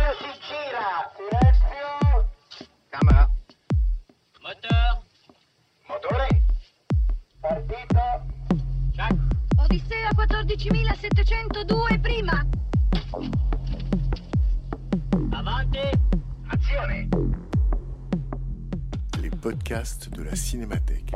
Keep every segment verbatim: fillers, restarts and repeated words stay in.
si gira. Silenzio. Camera. Moteur. Motore. Partito. Check. Odissea quattordicimilasettecentodue prima. Avanti. Azione. Les podcasts de la Cinémathèque.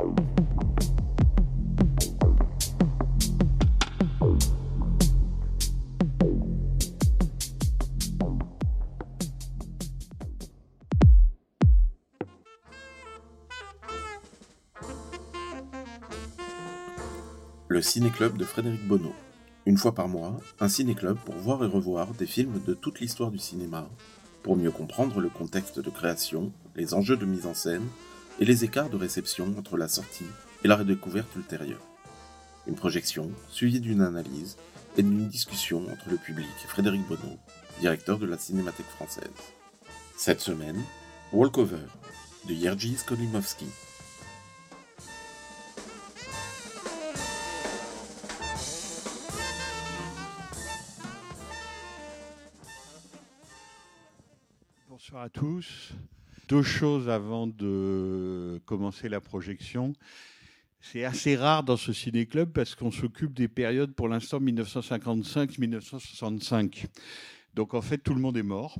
Le Ciné-Club de Frédéric Bonneau. Une fois par mois, un ciné-club pour voir et revoir des films de toute l'histoire du cinéma, pour mieux comprendre le contexte de création, les enjeux de mise en scène et les écarts de réception entre la sortie et la redécouverte ultérieure. Une projection suivie d'une analyse et d'une discussion entre le public et Frédéric Bonneau, directeur de la Cinémathèque française. Cette semaine, Walkover de Jerzy Skolimowski. Bonsoir à tous. Deux choses avant de commencer la projection. C'est assez rare dans ce ciné-club parce qu'on s'occupe des périodes pour l'instant dix-neuf cent cinquante-cinq à dix-neuf cent soixante-cinq. Donc en fait tout le monde est mort,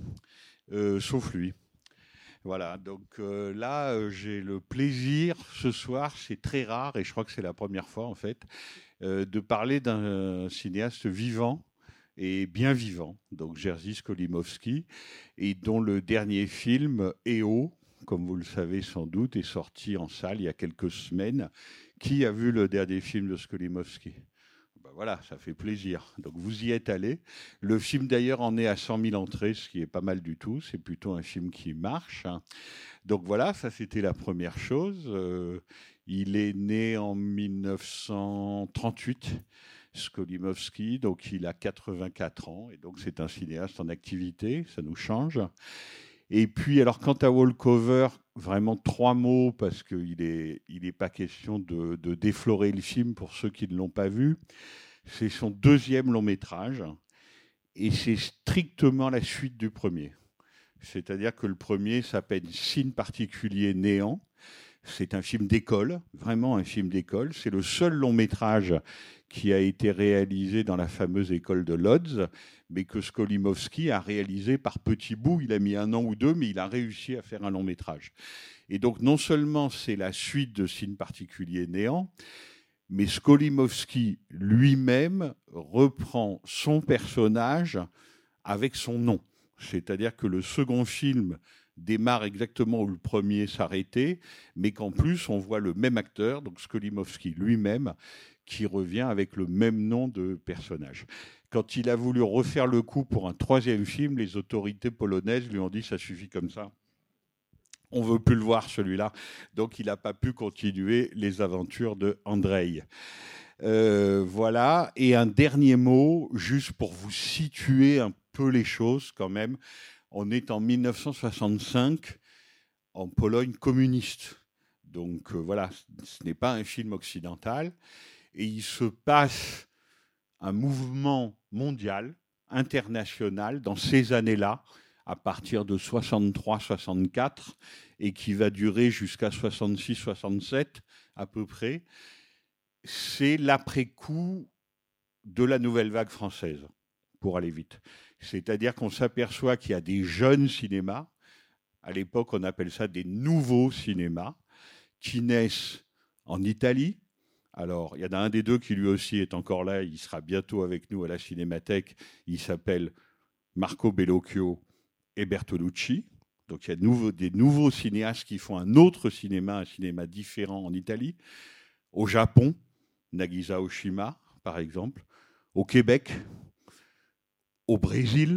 euh, sauf lui. Voilà, donc euh, là euh, j'ai le plaisir ce soir, c'est très rare et je crois que c'est la première fois en fait, euh, de parler d'un cinéaste vivant et bien vivant, donc Jerzy Skolimowski, et dont le dernier film, E O, comme vous le savez sans doute, est sorti en salle il y a quelques semaines. Qui a vu le dernier film de Skolimowski ? Ben voilà, ça fait plaisir. Donc vous y êtes allés. Le film d'ailleurs en est à cent mille entrées, ce qui est pas mal du tout. C'est plutôt un film qui marche. Donc voilà, ça c'était la première chose. Euh, il est né en dix-neuf cent trente-huit. Skolimowski, donc il a quatre-vingt-quatre ans, et donc c'est un cinéaste en activité, ça nous change. Et puis, alors, quant à Walkover, vraiment trois mots, parce qu'il n'est il est pas question de, de déflorer le film pour ceux qui ne l'ont pas vu. C'est son deuxième long métrage, et c'est strictement la suite du premier. C'est-à-dire que le premier s'appelle Signe particulier néant. C'est un film d'école, vraiment un film d'école. C'est le seul long métrage qui a été réalisé dans la fameuse école de Lodz, mais que Skolimowski a réalisé par petits bouts. Il a mis un an ou deux, mais il a réussi à faire un long métrage. Et donc non seulement c'est la suite de Signe particulier néant, mais Skolimowski lui-même reprend son personnage avec son nom. C'est-à-dire que le second film démarre exactement où le premier s'arrêtait, mais qu'en plus, on voit le même acteur, donc Skolimowski lui-même, qui revient avec le même nom de personnage. Quand il a voulu refaire le coup pour un troisième film, les autorités polonaises lui ont dit « ça suffit comme ça, on ne veut plus le voir celui-là ». Donc il n'a pas pu continuer les aventures de Andrzej. Euh, voilà, et un dernier mot, juste pour vous situer un peu les choses quand même. On est en dix-neuf cent soixante-cinq, en Pologne communiste. Donc euh, voilà, ce n'est pas un film occidental. Et il se passe un mouvement mondial, international, dans ces années-là, à partir de soixante-trois soixante-quatre, et qui va durer jusqu'à soixante-six soixante-sept à peu près. C'est l'après-coup de la nouvelle vague française, pour aller vite. C'est-à-dire qu'on s'aperçoit qu'il y a des jeunes cinémas, à l'époque on appelle ça des nouveaux cinémas, qui naissent en Italie. Alors, il y en a un des deux qui lui aussi est encore là, il sera bientôt avec nous à la Cinémathèque, il s'appelle Marco Bellocchio et Bertolucci. Donc il y a de nouveau, des nouveaux cinéastes qui font un autre cinéma, un cinéma différent en Italie. Au Japon, Nagisa Oshima, par exemple. Au Québec, au Brésil,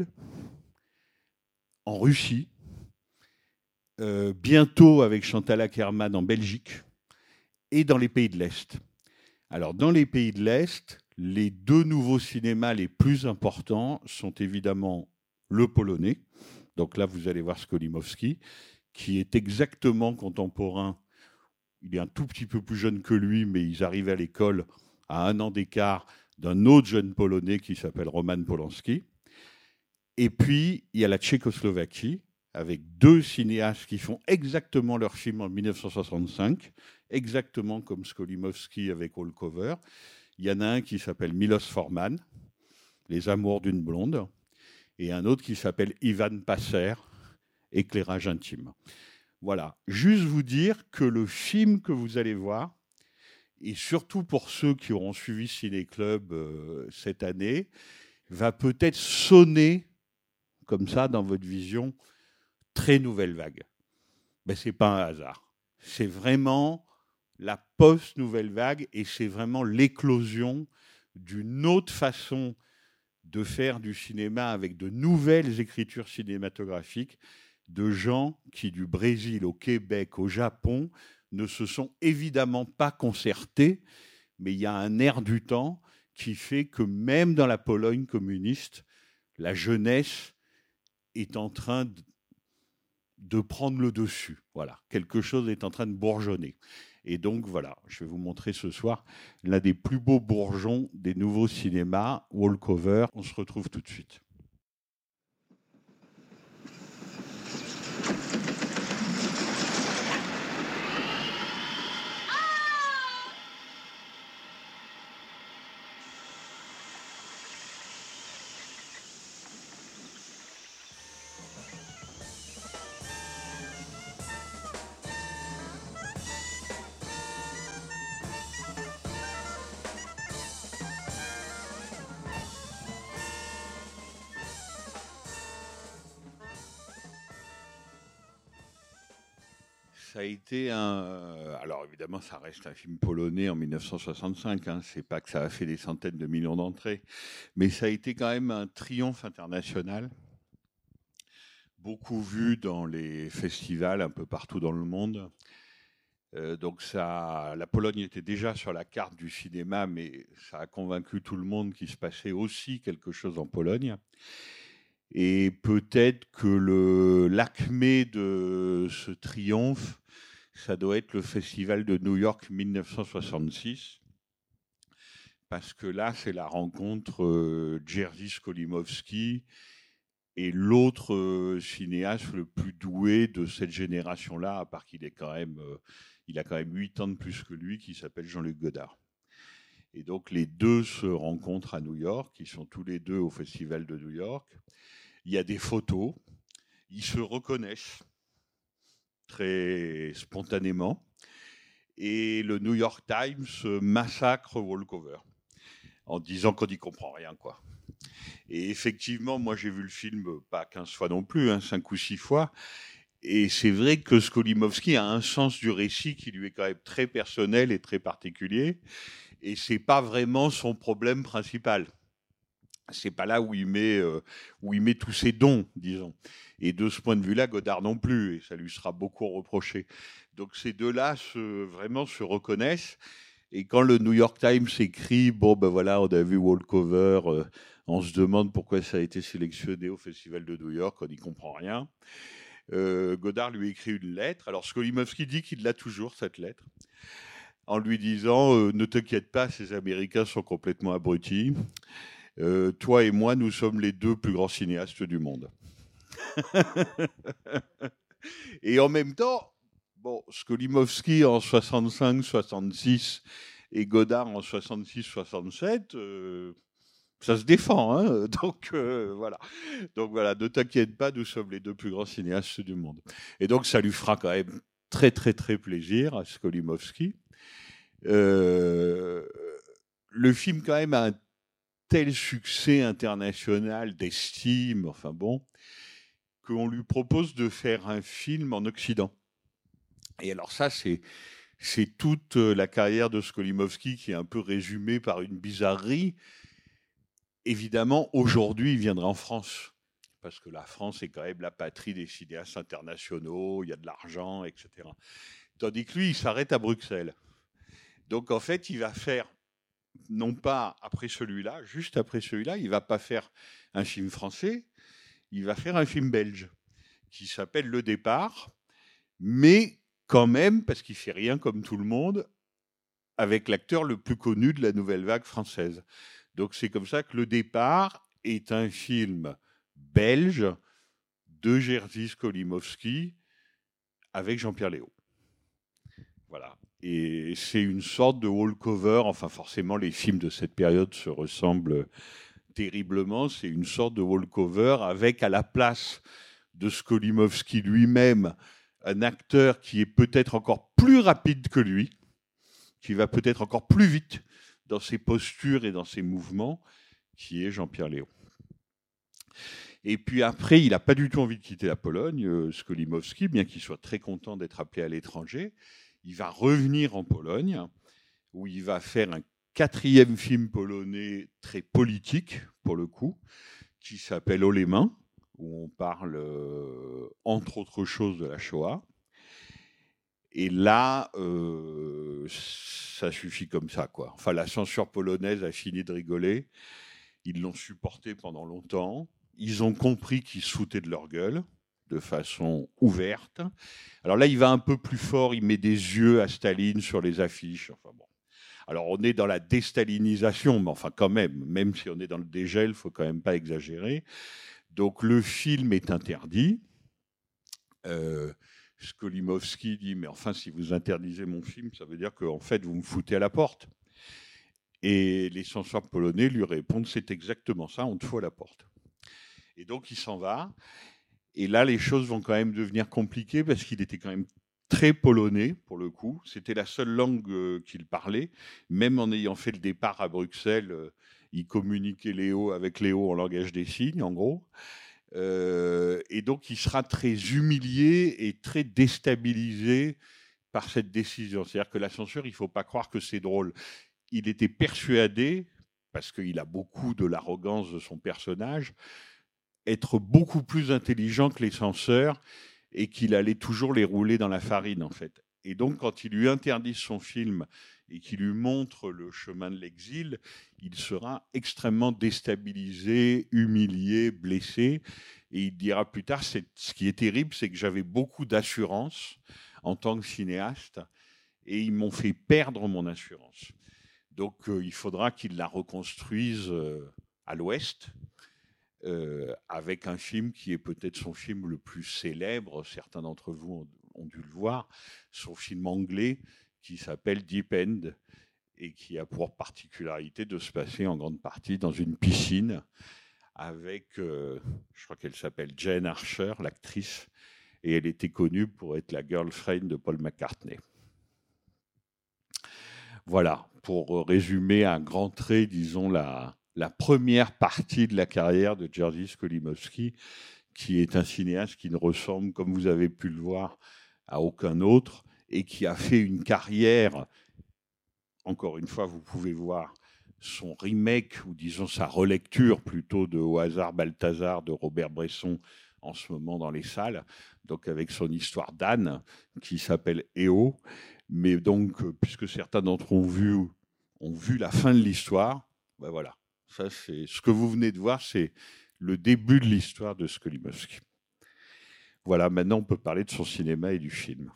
en Russie, euh, bientôt avec Chantal Akerman en Belgique, et dans les pays de l'Est. Alors, dans les pays de l'Est, les deux nouveaux cinémas les plus importants sont évidemment le polonais. Donc là, vous allez voir Skolimowski, qui est exactement contemporain. Il est un tout petit peu plus jeune que lui, mais ils arrivent à l'école à un an d'écart d'un autre jeune polonais qui s'appelle Roman Polanski. Et puis, il y a la Tchécoslovaquie, avec deux cinéastes qui font exactement leur film en dix-neuf cent soixante-cinq, exactement comme Skolimowski avec Walkover. Il y en a un qui s'appelle Milos Forman, Les Amours d'une blonde, et un autre qui s'appelle Ivan Passer, Éclairage intime. Voilà, juste vous dire que le film que vous allez voir, et surtout pour ceux qui auront suivi Ciné Club euh, cette année, va peut-être sonner comme ça dans votre vision, très nouvelle vague. Ben, ce n'est pas un hasard. C'est vraiment la post-nouvelle vague et c'est vraiment l'éclosion d'une autre façon de faire du cinéma avec de nouvelles écritures cinématographiques de gens qui, du Brésil au Québec, au Japon, ne se sont évidemment pas concertés, mais il y a un air du temps qui fait que même dans la Pologne communiste, la jeunesse est en train de, de prendre le dessus. Voilà, quelque chose est en train de bourgeonner. Et donc voilà, je vais vous montrer ce soir l'un des plus beaux bourgeons des nouveaux cinémas, Walkover. On se retrouve tout de suite. Ça a été un... Alors évidemment, ça reste un film polonais en dix-neuf cent soixante-cinq. Hein. C'est pas que ça a fait des centaines de millions d'entrées, mais ça a été quand même un triomphe international, beaucoup vu dans les festivals un peu partout dans le monde. Euh, donc ça, la Pologne était déjà sur la carte du cinéma, mais ça a convaincu tout le monde qu'il se passait aussi quelque chose en Pologne. Et peut-être que le, l'acmé de ce triomphe, ça doit être le Festival de New York dix-neuf cent soixante-six, parce que là, c'est la rencontre euh, Jerzy Skolimowski et l'autre euh, cinéaste le plus doué de cette génération-là, à part qu'il est quand même, euh, il a quand même huit ans de plus que lui, qui s'appelle Jean-Luc Godard. Et donc les deux se rencontrent à New York, ils sont tous les deux au Festival de New York. Il y a des photos, ils se reconnaissent très spontanément, et le New York Times massacre Walkover en disant qu'on n'y comprend rien, quoi. Et effectivement, moi j'ai vu le film pas quinze fois non plus, hein, cinq ou six fois, et c'est vrai que Skolimowski a un sens du récit qui lui est quand même très personnel et très particulier, et c'est pas vraiment son problème principal. C'est pas là où il met euh, où il met tous ses dons, disons. Et de ce point de vue-là, Godard non plus, et ça lui sera beaucoup reproché. Donc ces deux-là se, vraiment se reconnaissent. Et quand le New York Times écrit, bon ben voilà, on a vu Walkover, euh, on se demande pourquoi ça a été sélectionné au Festival de New York, on n'y comprend rien. Euh, Godard lui écrit une lettre. Alors Skolimowski dit qu'il l'a toujours, cette lettre, en lui disant euh, ne t'inquiète pas, ces Américains sont complètement abrutis. Euh, toi et moi, nous sommes les deux plus grands cinéastes du monde. Et en même temps, bon, Skolimowski en soixante-cinq soixante-six et Godard en soixante-six soixante-sept, euh, ça se défend. Hein. Donc, euh, voilà. Donc voilà, ne t'inquiète pas, nous sommes les deux plus grands cinéastes du monde. Et donc ça lui fera quand même très très très plaisir à Skolimowski. Euh, le film quand même a un tel succès international, d'estime, enfin bon, qu'on lui propose de faire un film en Occident. Et alors ça, c'est, c'est toute la carrière de Skolimowski qui est un peu résumée par une bizarrerie. Évidemment, aujourd'hui, il viendra en France, parce que la France est quand même la patrie des cinéastes internationaux, il y a de l'argent, et cetera. Tandis que lui, il s'arrête à Bruxelles. Donc en fait, il va faire non pas après celui-là, juste après celui-là, il ne va pas faire un film français, il va faire un film belge qui s'appelle Le Départ, mais quand même, parce qu'il ne fait rien comme tout le monde, avec l'acteur le plus connu de la nouvelle vague française. Donc c'est comme ça que Le Départ est un film belge de Jerzy Skolimowski avec Jean-Pierre Léaud. Voilà. Et c'est une sorte de walkover. Enfin, forcément, les films de cette période se ressemblent terriblement. C'est une sorte de walkover avec à la place de Skolimowski lui-même un acteur qui est peut-être encore plus rapide que lui, qui va peut-être encore plus vite dans ses postures et dans ses mouvements, qui est Jean-Pierre Léaud. Et puis après, il n'a pas du tout envie de quitter la Pologne, euh, Skolimowski, bien qu'il soit très content d'être appelé à l'étranger. Il va revenir en Pologne, où il va faire un quatrième film polonais très politique, pour le coup, qui s'appelle Haut les mains, où on parle, euh, entre autres choses, de la Shoah. Et là, euh, ça suffit comme ça, quoi. Enfin, la censure polonaise a fini de rigoler. Ils l'ont supporté pendant longtemps. Ils ont compris qu'ils se foutaient de leur gueule de façon ouverte. Alors là, il va un peu plus fort. Il met des yeux à Staline sur les affiches. Enfin bon. Alors on est dans la déstalinisation, mais enfin quand même, même si on est dans le dégel, il ne faut quand même pas exagérer. Donc le film est interdit. Euh, Skolimowski dit, mais enfin, si vous interdisez mon film, ça veut dire qu'en fait, vous me foutez à la porte. Et les censeurs polonais lui répondent, c'est exactement ça, on te fout à la porte. Et donc, il s'en va. Et là, les choses vont quand même devenir compliquées parce qu'il était quand même très polonais, pour le coup. C'était la seule langue euh, qu'il parlait. Même en ayant fait le départ à Bruxelles, euh, il communiquait Léo avec Léo en langage des signes, en gros. Euh, et donc, il sera très humilié et très déstabilisé par cette décision. C'est-à-dire que la censure, il ne faut pas croire que c'est drôle. Il était persuadé, parce qu'il a beaucoup de l'arrogance de son personnage, être beaucoup plus intelligent que les censeurs et qu'il allait toujours les rouler dans la farine, en fait. Et donc, quand il lui interdit son film et qu'il lui montre le chemin de l'exil, il sera extrêmement déstabilisé, humilié, blessé. Et il dira plus tard, c'est, ce qui est terrible, c'est que j'avais beaucoup d'assurance en tant que cinéaste et ils m'ont fait perdre mon assurance. Donc, euh, il faudra qu'il la reconstruise euh, à l'Ouest, euh, avec un film qui est peut-être son film le plus célèbre. Certains d'entre vous ont, ont dû le voir, son film anglais qui s'appelle Deep End et qui a pour particularité de se passer en grande partie dans une piscine avec, euh, je crois qu'elle s'appelle Jane Archer, l'actrice, et elle était connue pour être la girlfriend de Paul McCartney. Voilà, pour résumer à grands traits, disons, la, la première partie de la carrière de Jerzy Skolimowski, qui est un cinéaste qui ne ressemble, comme vous avez pu le voir, à aucun autre, et qui a fait une carrière, encore une fois, vous pouvez voir son remake, ou disons sa relecture plutôt de Au hasard Balthazar de Robert Bresson, en ce moment dans les salles, donc avec son histoire d'âne, qui s'appelle Éo. Mais donc, puisque certains d'entre eux ont vu, ont vu la fin de l'histoire, ben voilà, ça c'est ce que vous venez de voir, c'est le début de l'histoire de Skolimowski. Voilà, maintenant on peut parler de son cinéma et du film.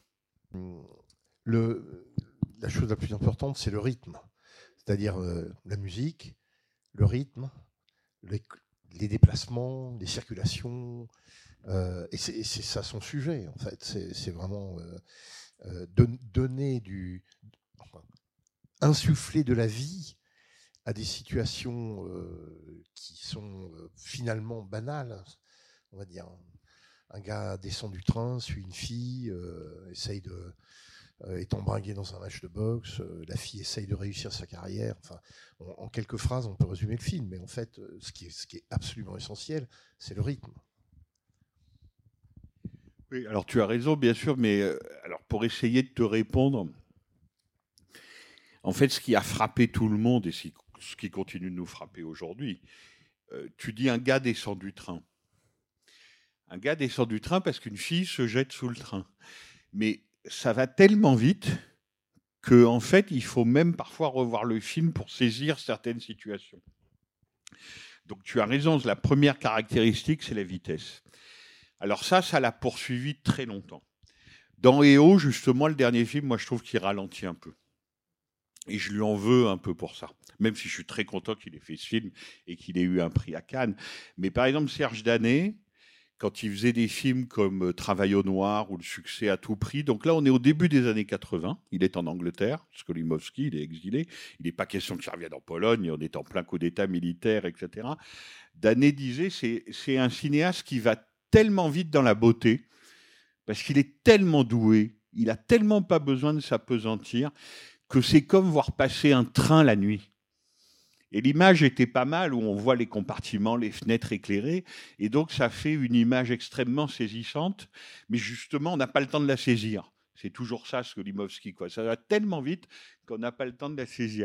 Le, la chose la plus importante, c'est le rythme, c'est-à-dire euh, la musique, le rythme, les, les déplacements, les circulations, euh, et, c'est, et c'est ça son sujet en fait. C'est, c'est vraiment euh, euh, don, donner du, enfin, insuffler de la vie à des situations euh, qui sont euh, finalement banales, on va dire. Un gars descend du train, suit une fille, euh, essaye de, euh, est embringué dans un match de boxe, euh, la fille essaye de réussir sa carrière. Enfin, on, en quelques phrases, on peut résumer le film, mais en fait, euh, ce, qui est, ce qui est absolument essentiel, c'est le rythme. Oui, alors tu as raison, bien sûr, mais euh, alors pour essayer de te répondre, en fait, ce qui a frappé tout le monde et ce qui continue de nous frapper aujourd'hui, euh, tu dis un gars descend du train. Un gars descend du train parce qu'une fille se jette sous le train. Mais ça va tellement vite qu'en fait, il faut même parfois revoir le film pour saisir certaines situations. Donc tu as raison, la première caractéristique, c'est la vitesse. Alors ça, ça l'a poursuivi très longtemps. Dans E O, justement, le dernier film, moi je trouve qu'il ralentit un peu. Et je lui en veux un peu pour ça. même si je suis très content qu'il ait fait ce film et qu'il ait eu un prix à Cannes. Mais par exemple, Serge Danet, quand il faisait des films comme Travail au noir ou Le succès à tout prix, donc là, on est au début des années quatre-vingts, il est en Angleterre, Skolimowski, il est exilé, il n'est pas question qu'il revienne en Pologne, on est en plein coup d'état militaire, et cetera. Danet disait, c'est, c'est un cinéaste qui va tellement vite dans la beauté, parce qu'il est tellement doué, il n'a tellement pas besoin de s'apesantir, que c'est comme voir passer un train la nuit. Et l'image était pas mal, où on voit les compartiments, les fenêtres éclairées, et donc ça fait une image extrêmement saisissante, mais justement, on n'a pas le temps de la saisir. C'est toujours ça, Skolimowski, quoi. Ça va tellement vite qu'on n'a pas le temps de la saisir.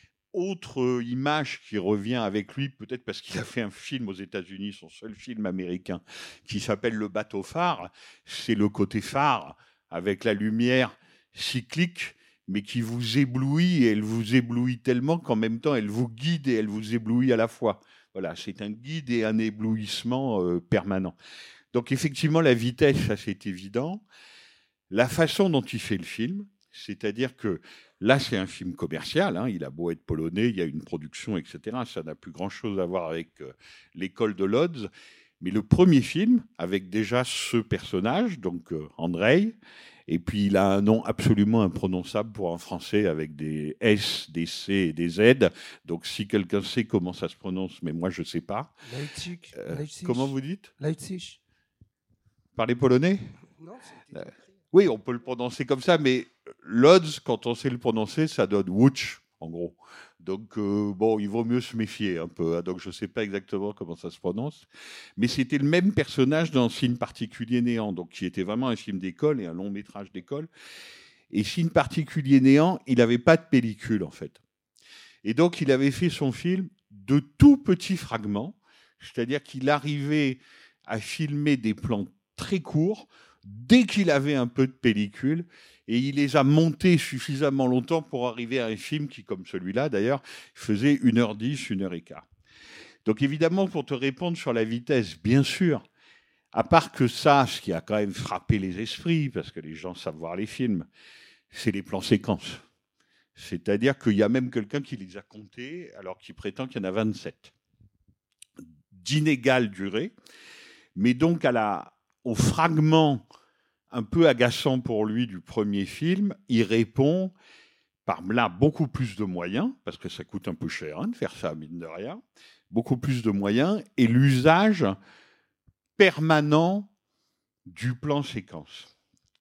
Autre image qui revient avec lui, peut-être parce qu'il a fait un film aux États-Unis, son seul film américain, qui s'appelle Le bateau phare, c'est le côté phare, avec la lumière cyclique, mais qui vous éblouit, et elle vous éblouit tellement qu'en même temps, elle vous guide et elle vous éblouit à la fois. Voilà, c'est un guide et un éblouissement euh, permanent. Donc effectivement, la vitesse, ça c'est évident. La façon dont il fait le film, c'est-à-dire que là, c'est un film commercial, hein, il a beau être polonais, il y a une production, et cetera. Ça n'a plus grand-chose à voir avec euh, l'école de Lodz. Mais le premier film, avec déjà ce personnage, donc euh, Andrei, et puis il a un nom absolument imprononçable pour un français avec des S, des C et des Z. Donc si quelqu'un sait comment ça se prononce, mais moi je ne sais pas. Leipzig. Euh, Leipzig. comment vous dites ? Leipzig. Parlez polonais ? Non, c'était... Oui, on peut le prononcer comme ça, mais Lodz, quand on sait le prononcer, ça donne Łódź, en gros. Donc, euh, bon, il vaut mieux se méfier un peu. Hein, donc, je ne sais pas exactement comment ça se prononce. Mais c'était le même personnage dans Signe particulier néant, donc qui était vraiment un film d'école et un long métrage d'école. Et Signe particulier néant, il n'avait pas de pellicule, en fait. Et donc, il avait fait son film de tout petits fragments, c'est-à-dire qu'il arrivait à filmer des plans très courts dès qu'il avait un peu de pellicule, et il les a montés suffisamment longtemps pour arriver à un film qui, comme celui-là d'ailleurs, faisait une heure dix, une heure quinze. Donc évidemment, pour te répondre sur la vitesse, bien sûr, à part que ça, ce qui a quand même frappé les esprits, parce que les gens savent voir les films, c'est les plans séquences. C'est-à-dire qu'il y a même quelqu'un qui les a comptés, alors qu'il prétend qu'il y en a vingt-sept. D'inégale durée, mais donc à la... au fragment un peu agaçant pour lui du premier film, il répond par là beaucoup plus de moyens, parce que ça coûte un peu cher hein, de faire ça, mine de rien, beaucoup plus de moyens, et l'usage permanent du plan séquence.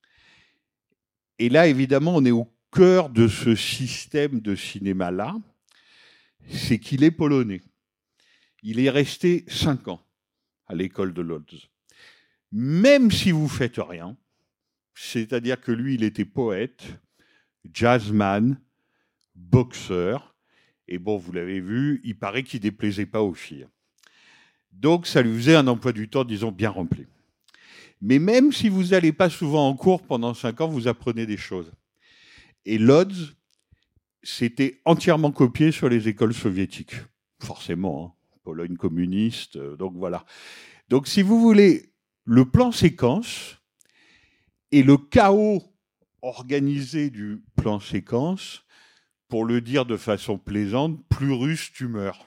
Et là, évidemment, on est au cœur de ce système de cinéma-là, c'est qu'il est polonais. Il est resté cinq ans à l'école de Lodz. Même si vous faites rien, c'est-à-dire que lui, il était poète, jazzman, boxeur, et bon, vous l'avez vu, il paraît qu'il ne déplaisait pas aux filles. Donc, ça lui faisait un emploi du temps, disons, bien rempli. Mais même si vous n'allez pas souvent en cours pendant cinq ans, vous apprenez des choses. Et Lodz, c'était entièrement copié sur les écoles soviétiques. Forcément, hein, Pologne communiste, donc voilà. Donc, si vous voulez... le plan séquence et le chaos organisé du plan séquence, pour le dire de façon plaisante, plus russe tu meurs.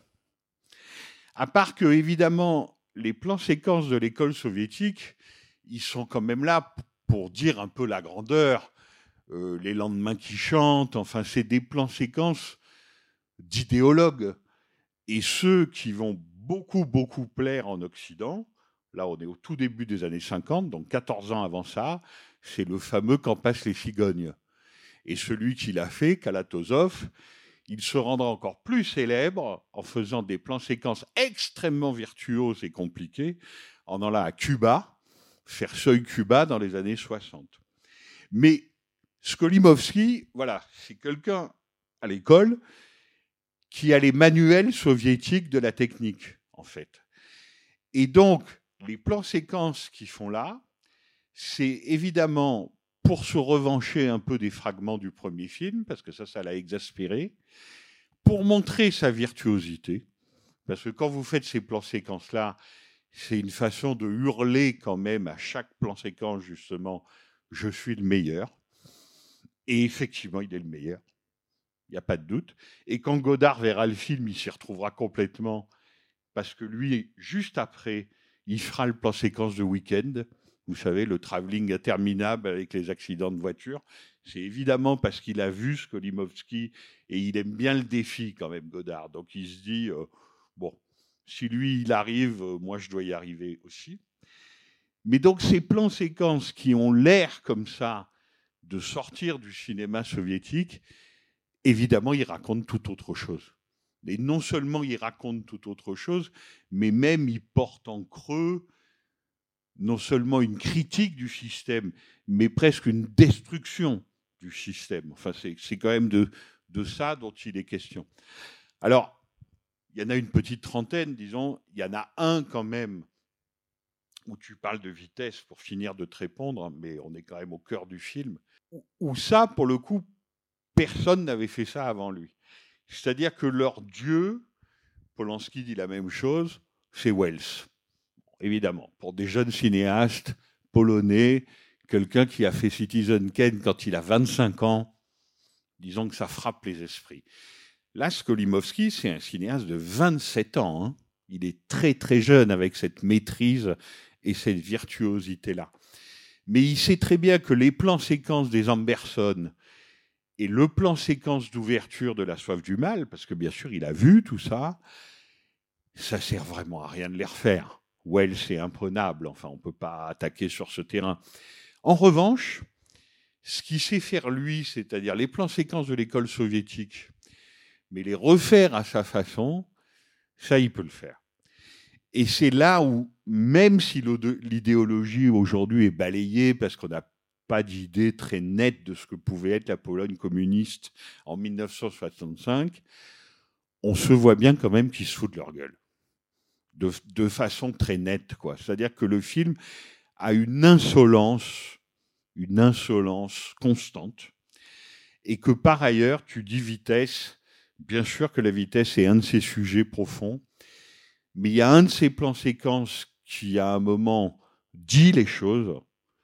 À part que, évidemment, les plans séquences de l'école soviétique, ils sont quand même là pour dire un peu la grandeur, euh, les lendemains qui chantent, enfin, c'est des plans séquences d'idéologues. Et ceux qui vont beaucoup, beaucoup plaire en Occident, là, on est au tout début des années cinquante, donc quatorze ans avant ça, c'est le fameux Quand passent les cigognes. Et celui qui l'a fait, Kalatozov, il se rendra encore plus célèbre en faisant des plans séquences extrêmement virtuoses et compliqués, en allant à Cuba, faire Seuil Cuba dans les années soixante. Mais Skolimowski, voilà, c'est quelqu'un à l'école qui a les manuels soviétiques de la technique, en fait. Et donc, les plans séquences qu'ils font là, c'est évidemment pour se revancher un peu des fragments du premier film, parce que ça, ça l'a exaspéré, pour montrer sa virtuosité, parce que quand vous faites ces plans séquences-là, c'est une façon de hurler quand même à chaque plan séquence, justement, « je suis le meilleur ». Et effectivement, il est le meilleur. il n'y a pas de doute. Et quand Godard verra le film, il s'y retrouvera complètement, parce que lui, juste après, il fera le plan séquence de Week-end. Vous savez, le travelling interminable avec les accidents de voiture. C'est évidemment parce qu'il a vu Skolimowski et il aime bien le défi quand même, Godard. Donc il se dit, euh, bon, si lui, il arrive, euh, moi, je dois y arriver aussi. Mais donc ces plans séquences qui ont l'air comme ça de sortir du cinéma soviétique, évidemment, ils racontent tout autre chose. Et non seulement ils racontent tout autre chose, mais même ils portent en creux non seulement une critique du système, mais presque une destruction du système. Enfin, c'est, c'est quand même de, de ça dont il est question. Alors, il y en a une petite trentaine, disons. Il y en a un quand même où tu parles de vitesse pour finir de te répondre, mais on est quand même au cœur du film, où ça, pour le coup, personne n'avait fait ça avant lui. C'est-à-dire que leur dieu, Polanski dit la même chose, c'est Welles. Évidemment, pour des jeunes cinéastes polonais, quelqu'un qui a fait Citizen Kane quand il a vingt-cinq ans, disons que ça frappe les esprits. Là, Skolimowski, c'est un cinéaste de vingt-sept ans. Hein. Il est très très jeune avec cette maîtrise et cette virtuosité-là. Mais il sait très bien que les plans séquences des Amberson et le plan séquence d'ouverture de La Soif du Mal, parce que bien sûr il a vu tout ça, ça sert vraiment à rien de les refaire. Wells est imprenable, enfin on ne peut pas attaquer sur ce terrain. En revanche, ce qu'il sait faire lui, c'est-à-dire les plans séquences de l'école soviétique, mais les refaire à sa façon, ça il peut le faire. Et c'est là où, même si l'idéologie aujourd'hui est balayée parce qu'on n'a pas d'idée très nette de ce que pouvait être la Pologne communiste en dix-neuf cent soixante-cinq, on se voit bien quand même qu'ils se foutent de leur gueule. De, de façon très nette, quoi. C'est-à-dire que le film a une insolence, une insolence constante, et que par ailleurs, tu dis vitesse, bien sûr que la vitesse est un de ses sujets profonds, mais il y a un de ces plans séquences qui, à un moment, dit les choses,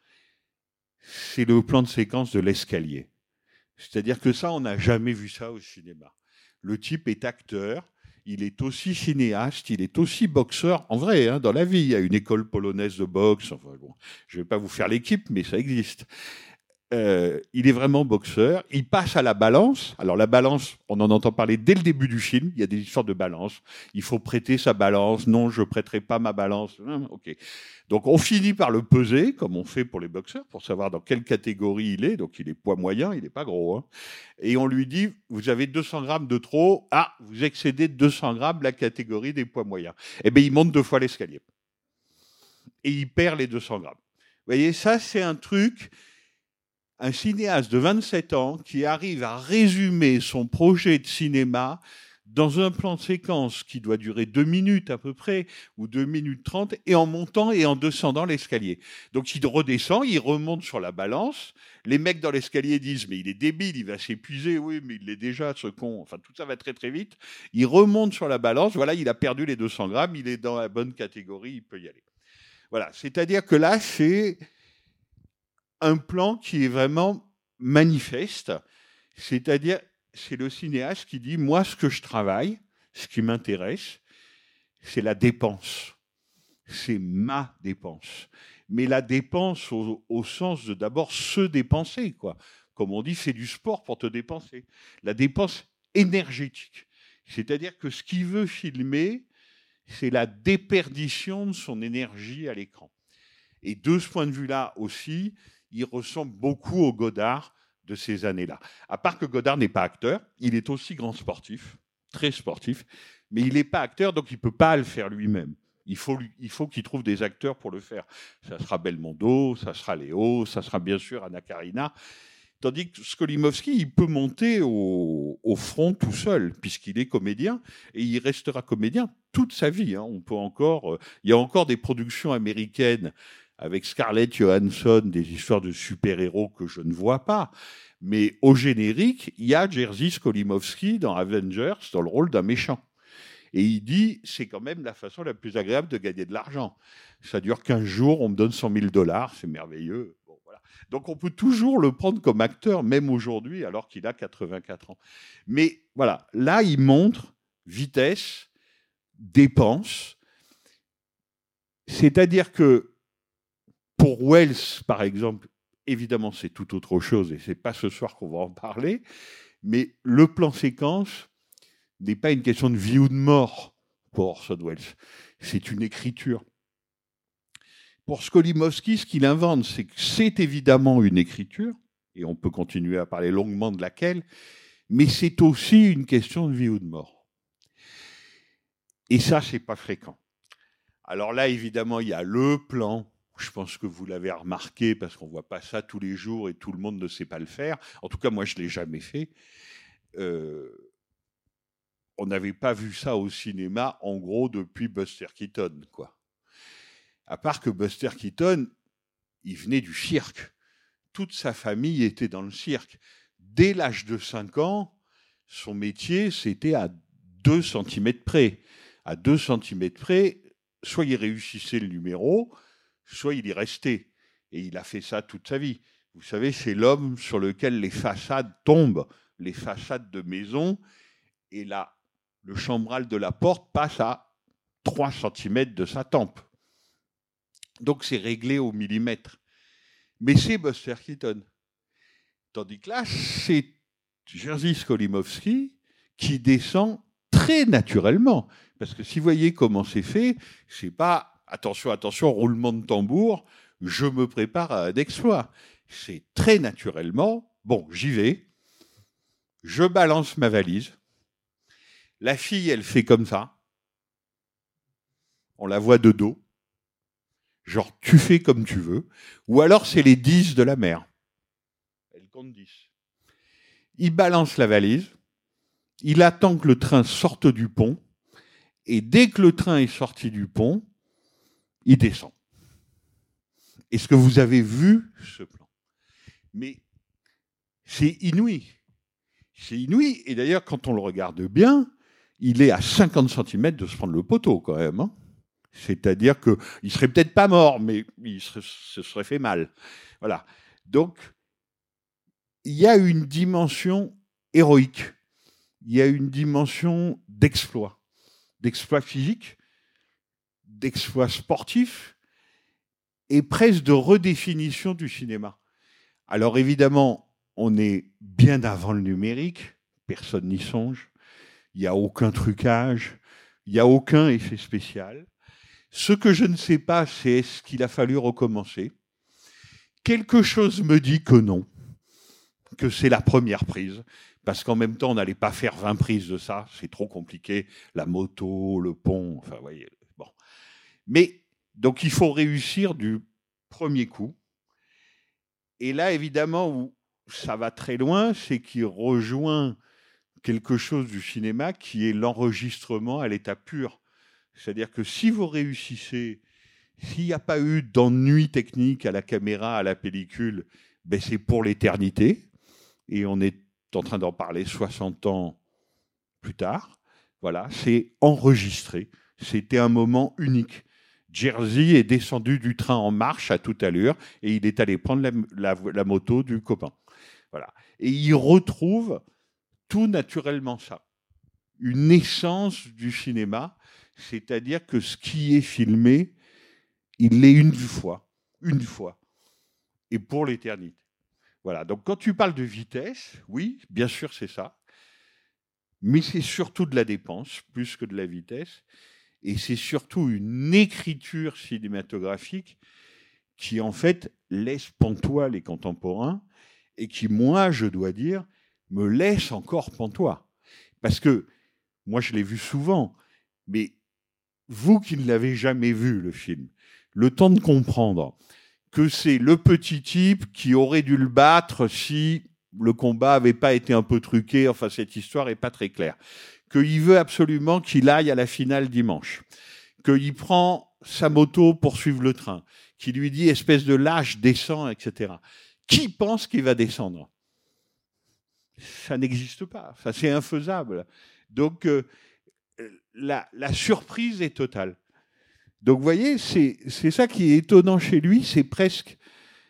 c'est le plan de séquence de l'escalier. C'est-à-dire que ça, on n'a jamais vu ça au cinéma. Le type est acteur, il est aussi cinéaste, il est aussi boxeur. En vrai, hein, dans la vie, il y a une école polonaise de boxe. Enfin, bon, je ne vais pas vous faire l'équipe, mais ça existe. Euh, il est vraiment boxeur. Il passe à la balance. Alors la balance, on en entend parler dès le début du film. Il y a des histoires de balance. Il faut prêter sa balance. Non, je ne prêterai pas ma balance. Ok. Donc on finit par le peser, comme on fait pour les boxeurs, pour savoir dans quelle catégorie il est. Donc il est poids moyen, il n'est pas gros. Hein. Et on lui dit, vous avez deux cents grammes de trop. Ah, vous excédez de deux cents grammes la catégorie des poids moyens. Eh bien, il monte deux fois l'escalier. Et il perd les deux cents grammes. Vous voyez, ça, c'est un truc... Un cinéaste de vingt-sept ans qui arrive à résumer son projet de cinéma dans un plan de séquence qui doit durer deux minutes à peu près, ou deux minutes trente, et en montant et en descendant l'escalier. Donc il redescend, il remonte sur la balance, les mecs dans l'escalier disent « mais il est débile, il va s'épuiser », oui, mais il l'est déjà, ce con, enfin tout ça va très très vite. Il remonte sur la balance, voilà, il a perdu les deux cents grammes, il est dans la bonne catégorie, il peut y aller. Voilà, c'est-à-dire que là, c'est... un plan qui est vraiment manifeste, c'est-à-dire, c'est le cinéaste qui dit, moi, ce que je travaille, ce qui m'intéresse, c'est la dépense. C'est ma dépense. Mais la dépense au, au sens de d'abord se dépenser, quoi. Comme on dit, fais du sport pour te dépenser. La dépense énergétique. C'est-à-dire que ce qu'il veut filmer, c'est la déperdition de son énergie à l'écran. Et de ce point de vue-là aussi, il ressemble beaucoup au Godard de ces années-là. À part que Godard n'est pas acteur, il est aussi grand sportif, très sportif, mais il n'est pas acteur, donc il ne peut pas le faire lui-même. Il faut, lui, il faut qu'il trouve des acteurs pour le faire. Ça sera Belmondo, ça sera Léo, ça sera bien sûr Anna Karina. Tandis que Skolimowski, il peut monter au, au front tout seul, puisqu'il est comédien, et il restera comédien toute sa vie. Hein. On peut encore, euh, il y a encore des productions américaines avec Scarlett Johansson, des histoires de super-héros que je ne vois pas. Mais au générique, il y a Jerzy Skolimowski dans Avengers, dans le rôle d'un méchant. Et il dit, c'est quand même la façon la plus agréable de gagner de l'argent. Ça dure quinze jours, on me donne cent mille dollars, c'est merveilleux. Bon, voilà. Donc on peut toujours le prendre comme acteur, même aujourd'hui, alors qu'il a quatre-vingt-quatre ans. Mais voilà, là, il montre vitesse, dépense. C'est-à-dire que pour Wells, par exemple, évidemment, c'est tout autre chose, et ce n'est pas ce soir qu'on va en parler, mais le plan séquence n'est pas une question de vie ou de mort pour Orson Welles. C'est une écriture. Pour Skolimowski, ce qu'il invente, c'est que c'est évidemment une écriture, et on peut continuer à parler longuement de laquelle, mais c'est aussi une question de vie ou de mort. Et ça, c'est pas fréquent. Alors là, évidemment, il y a le plan. Je pense que vous l'avez remarqué, parce qu'on ne voit pas ça tous les jours et tout le monde ne sait pas le faire. En tout cas, moi, je ne l'ai jamais fait. Euh, on n'avait pas vu ça au cinéma, en gros, depuis Buster Keaton, quoi. À part que Buster Keaton, il venait du cirque. Toute sa famille était dans le cirque. Dès l'âge de cinq ans, son métier, c'était à deux centimètres près. À deux centimètres près, soit il réussissait le numéro, soit il y restait. Et il a fait ça toute sa vie. Vous savez, c'est l'homme sur lequel les façades tombent, les façades de maison, et là, le chambral de la porte passe à trois centimètres de sa tempe. Donc c'est réglé au millimètre. Mais c'est Buster Keaton. Tandis que là, c'est Jerzy Skolimowski qui descend très naturellement. Parce que si vous voyez comment c'est fait, c'est pas attention, attention, roulement de tambour, je me prépare à un exploit. C'est très naturellement, bon, j'y vais, je balance ma valise, la fille, elle fait comme ça, on la voit de dos, genre tu fais comme tu veux, ou alors c'est les dix de la mère. Elle compte dix. Il balance la valise, il attend que le train sorte du pont, et dès que le train est sorti du pont, il descend. Est-ce que vous avez vu ce plan? Mais c'est inouï. C'est inouï. Et d'ailleurs, quand on le regarde bien, il est à cinquante centimètres de se prendre le poteau quand même. Hein. C'est-à-dire qu'il ne serait peut-être pas mort, mais il serait, se serait fait mal. Voilà. Donc, il y a une dimension héroïque. Il y a une dimension d'exploit. D'exploit physique, d'exploit sportif, et presque de redéfinition du cinéma. Alors évidemment, on est bien avant le numérique, personne n'y songe, il n'y a aucun trucage, il n'y a aucun effet spécial. Ce que je ne sais pas, c'est est-ce qu'il a fallu recommencer. Quelque chose me dit que non, que c'est la première prise, parce qu'en même temps, on n'allait pas faire vingt prises de ça, c'est trop compliqué, la moto, le pont, enfin, vous voyez, bon. Mais, donc, il faut réussir du premier coup. Et là, évidemment, où ça va très loin, c'est qu'il rejoint quelque chose du cinéma qui est l'enregistrement à l'état pur. C'est-à-dire que si vous réussissez, s'il n'y a pas eu d'ennui technique à la caméra, à la pellicule, ben c'est pour l'éternité. Et on est en train d'en parler soixante ans plus tard. Voilà, c'est enregistré. C'était un moment unique. Jerzy est descendu du train en marche à toute allure et il est allé prendre la, la, la moto du copain. Voilà. Et il retrouve tout naturellement ça. Une essence du cinéma, c'est-à-dire que ce qui est filmé, il l'est une fois, une fois, et pour l'éternité. Voilà, donc quand tu parles de vitesse, oui, bien sûr, c'est ça. Mais c'est surtout de la dépense, plus que de la vitesse. Et c'est surtout une écriture cinématographique qui, en fait, laisse pantois les contemporains et qui, moi, je dois dire, me laisse encore pantois. Parce que, moi, je l'ai vu souvent, mais vous qui ne l'avez jamais vu, le film, le temps de comprendre que c'est le petit type qui aurait dû le battre si le combat n'avait pas été un peu truqué, enfin cette histoire n'est pas très claire, qu'il veut absolument qu'il aille à la finale dimanche, qu'il prend sa moto pour suivre le train, qu'il lui dit espèce de lâche, descend, et cetera. Qui pense qu'il va descendre? Ça n'existe pas, ça c'est infaisable. Donc euh, la, la surprise est totale. Donc, vous voyez, c'est, c'est ça qui est étonnant chez lui, c'est presque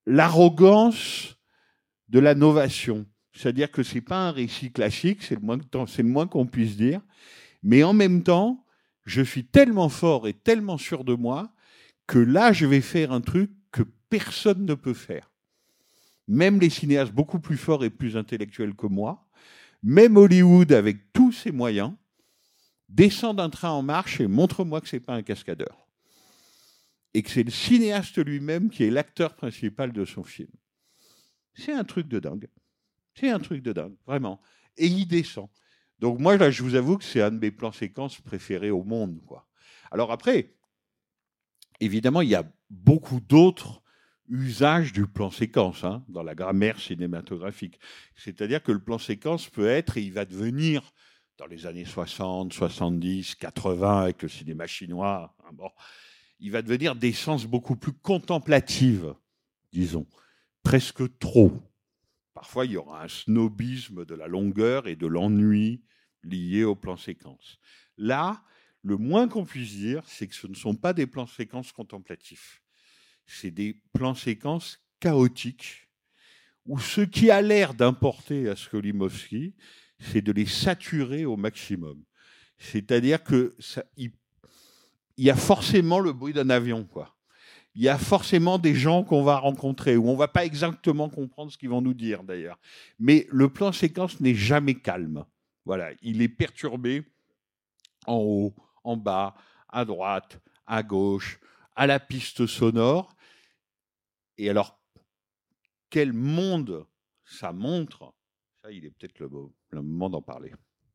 l'arrogance de la novation. C'est-à-dire que ce n'est pas un récit classique, c'est le moins, c'est le moins qu'on puisse dire, mais en même temps, je suis tellement fort et tellement sûr de moi que là, je vais faire un truc que personne ne peut faire. Même les cinéastes beaucoup plus forts et plus intellectuels que moi, même Hollywood avec tous ses moyens, descend d'un train en marche et montre-moi que ce n'est pas un cascadeur. Et que c'est le cinéaste lui-même qui est l'acteur principal de son film. C'est un truc de dingue. C'est un truc de dingue, vraiment. Et il descend. Donc moi, là, je vous avoue que c'est un de mes plans séquences préférés au monde, quoi. Alors après, évidemment, il y a beaucoup d'autres usages du plan séquence hein, dans la grammaire cinématographique. C'est-à-dire que le plan séquence peut être, et il va devenir, dans les années soixante, soixante-dix, quatre-vingts, avec le cinéma chinois, hein, bon, il va devenir d'essence beaucoup plus contemplative, disons, presque trop. Parfois, il y aura un snobisme de la longueur et de l'ennui lié au plan séquence. Là, le moins qu'on puisse dire, c'est que ce ne sont pas des plans séquences contemplatifs. C'est des plans séquences chaotiques, où ce qui a l'air d'importer à Skolimowski, c'est de les saturer au maximum. C'est-à-dire que ça, il, il y a forcément le bruit d'un avion, quoi. Il y a forcément des gens qu'on va rencontrer, où on ne va pas exactement comprendre ce qu'ils vont nous dire, d'ailleurs. Mais le plan séquence n'est jamais calme. Voilà, il est perturbé en haut, en bas, à droite, à gauche, à la piste sonore. Et alors, quel monde ça montre, ça, il est peut-être le, le moment d'en parler.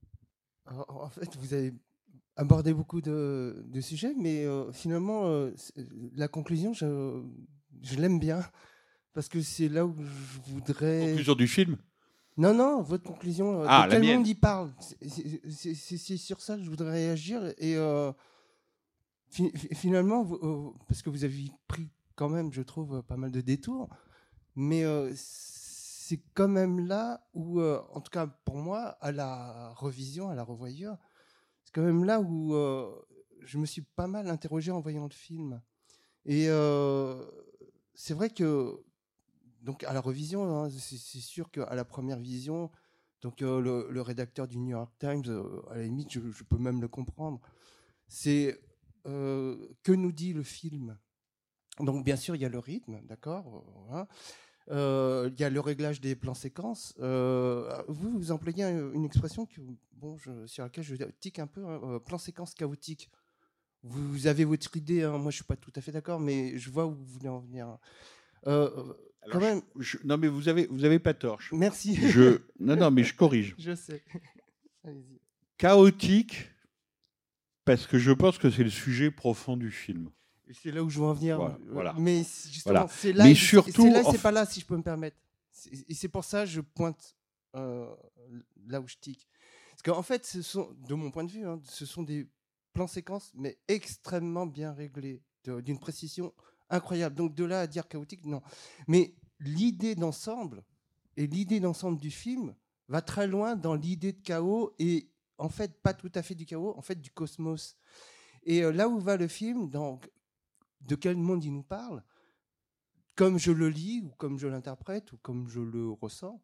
En fait, vous avez abordé beaucoup de, de sujets, mais euh, finalement, euh, la conclusion, je, je l'aime bien, parce que c'est là où je voudrais... Conclusion du film ? Non, non, votre conclusion. Euh, ah, de la quel mienne. monde il parle ? C'est, c'est, c'est, c'est sur ça que je voudrais réagir. Et euh, fi- finalement, vous, euh, parce que vous avez pris quand même, je trouve, pas mal de détours, mais euh, c'est quand même là où, euh, en tout cas pour moi, à la revision, à la revoyure, c'est quand même là où euh, je me suis pas mal interrogé en voyant le film. Et euh, c'est vrai que, donc à la revision, hein, c'est, c'est sûr qu'à la première vision, donc euh, le, le rédacteur du New York Times, euh, à la limite, je, je peux même le comprendre. C'est euh, que nous dit le film ? Donc bien sûr, il y a le rythme, d'accord, voilà. Euh, il y a le réglage des plans séquences. Euh, vous, vous employez une expression que, bon, je, sur laquelle je tique un peu, hein, euh, plan séquence chaotique. Vous avez votre idée, hein, moi je suis pas tout à fait d'accord, mais je vois où vous voulez en venir. Euh, Alors, quand même. Je, je, non, mais vous avez, vous avez pas tort. Je, Merci. Je, non, non, mais je corrige. Je sais. Allez-y. Chaotique, parce que je pense que c'est le sujet profond du film. Et c'est là où je veux en venir. Voilà. voilà. Mais justement, voilà. c'est là. Mais surtout, c'est là, c'est enfin... pas là, si je peux me permettre. Et c'est pour ça que je pointe euh, là où je tique. Parce qu'en fait, ce sont, de mon point de vue, hein, ce sont des plans séquences, mais extrêmement bien réglés, de, d'une précision incroyable. Donc de là à dire chaotique, non. Mais l'idée d'ensemble et l'idée d'ensemble du film va très loin dans l'idée de chaos et en fait pas tout à fait du chaos, en fait du cosmos. Et euh, là où va le film, donc de quel monde il nous parle, comme je le lis ou comme je l'interprète ou comme je le ressens.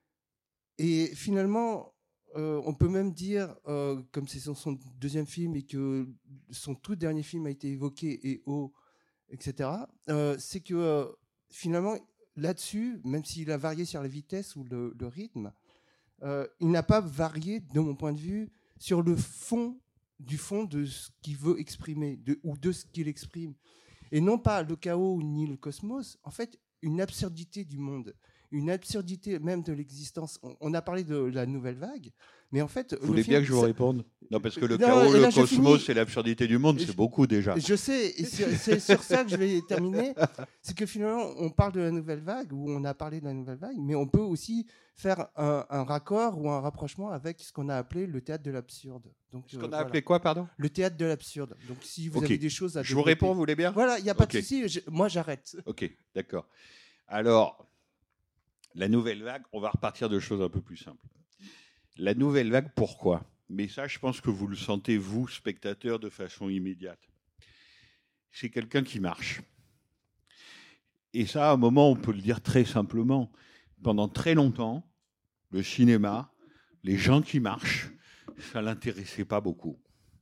Et finalement, euh, on peut même dire, euh, comme c'est son, son deuxième film et que son tout dernier film a été évoqué, et oh, et cetera, euh, c'est que euh, finalement, là-dessus, même s'il a varié sur la vitesse ou le, le rythme, euh, il n'a pas varié, de mon point de vue, sur le fond du fond de ce qu'il veut exprimer, de, ou de ce qu'il exprime. Et non pas le chaos ni le cosmos, en fait, une absurdité du monde, une absurdité même de l'existence. On, on a parlé de la nouvelle vague, mais en fait... Vous voulez film, bien que je vous ça... réponde ? Non, parce que le non, chaos, là, le cosmos et l'absurdité du monde, je... c'est beaucoup déjà. Je sais, et c'est, c'est sur ça que je vais terminer. C'est que finalement, on parle de la nouvelle vague, ou on a parlé de la nouvelle vague, mais on peut aussi faire un, un raccord ou un rapprochement avec ce qu'on a appelé le théâtre de l'absurde. Donc, ce qu'on euh, a voilà. appelé quoi, pardon ? Le théâtre de l'absurde. Donc si vous okay. avez des choses à Je vous réponds, vous voulez bien ? Voilà, il n'y a pas okay. de souci, je, moi j'arrête. Ok, d'accord. Alors, la nouvelle vague, on va repartir de choses un peu plus simples. La nouvelle vague, pourquoi ? Mais ça, je pense que vous le sentez, vous, spectateurs, de façon immédiate. C'est quelqu'un qui marche. Et ça, à un moment, on peut le dire très simplement. Pendant très longtemps, le cinéma, les gens qui marchent, ça ne l'intéressait pas beaucoup.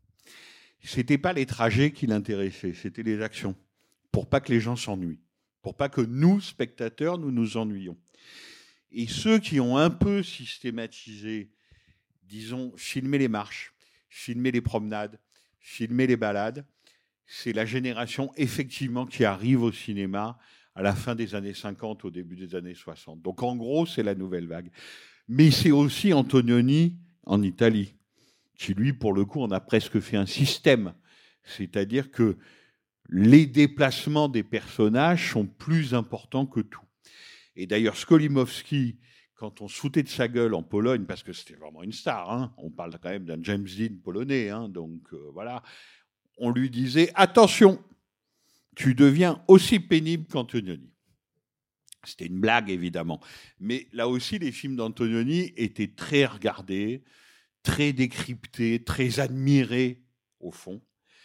Ce n'était pas les trajets qui l'intéressaient, c'était les actions, pour pas que les gens s'ennuient, pour pas que nous, spectateurs, nous nous ennuyions. Et ceux qui ont un peu systématisé, disons, filmer les marches, filmer les promenades, filmer les balades, c'est la génération effectivement qui arrive au cinéma à la fin des années cinquante, au début des années soixante. Donc en gros, c'est la nouvelle vague. Mais c'est aussi Antonioni en Italie, qui lui, pour le coup, en a presque fait un système. C'est-à-dire que les déplacements des personnages sont plus importants que tout. Et d'ailleurs, Skolimowski, quand on se foutait de sa gueule en Pologne, parce que c'était vraiment une star, hein, on parle quand même d'un James Dean polonais, hein, donc euh, voilà, on lui disait « Attention, tu deviens aussi pénible qu'Antonioni ». C'était une blague, évidemment. Mais là aussi, les films d'Antonioni étaient très regardés, très décryptés, très admirés, au fond.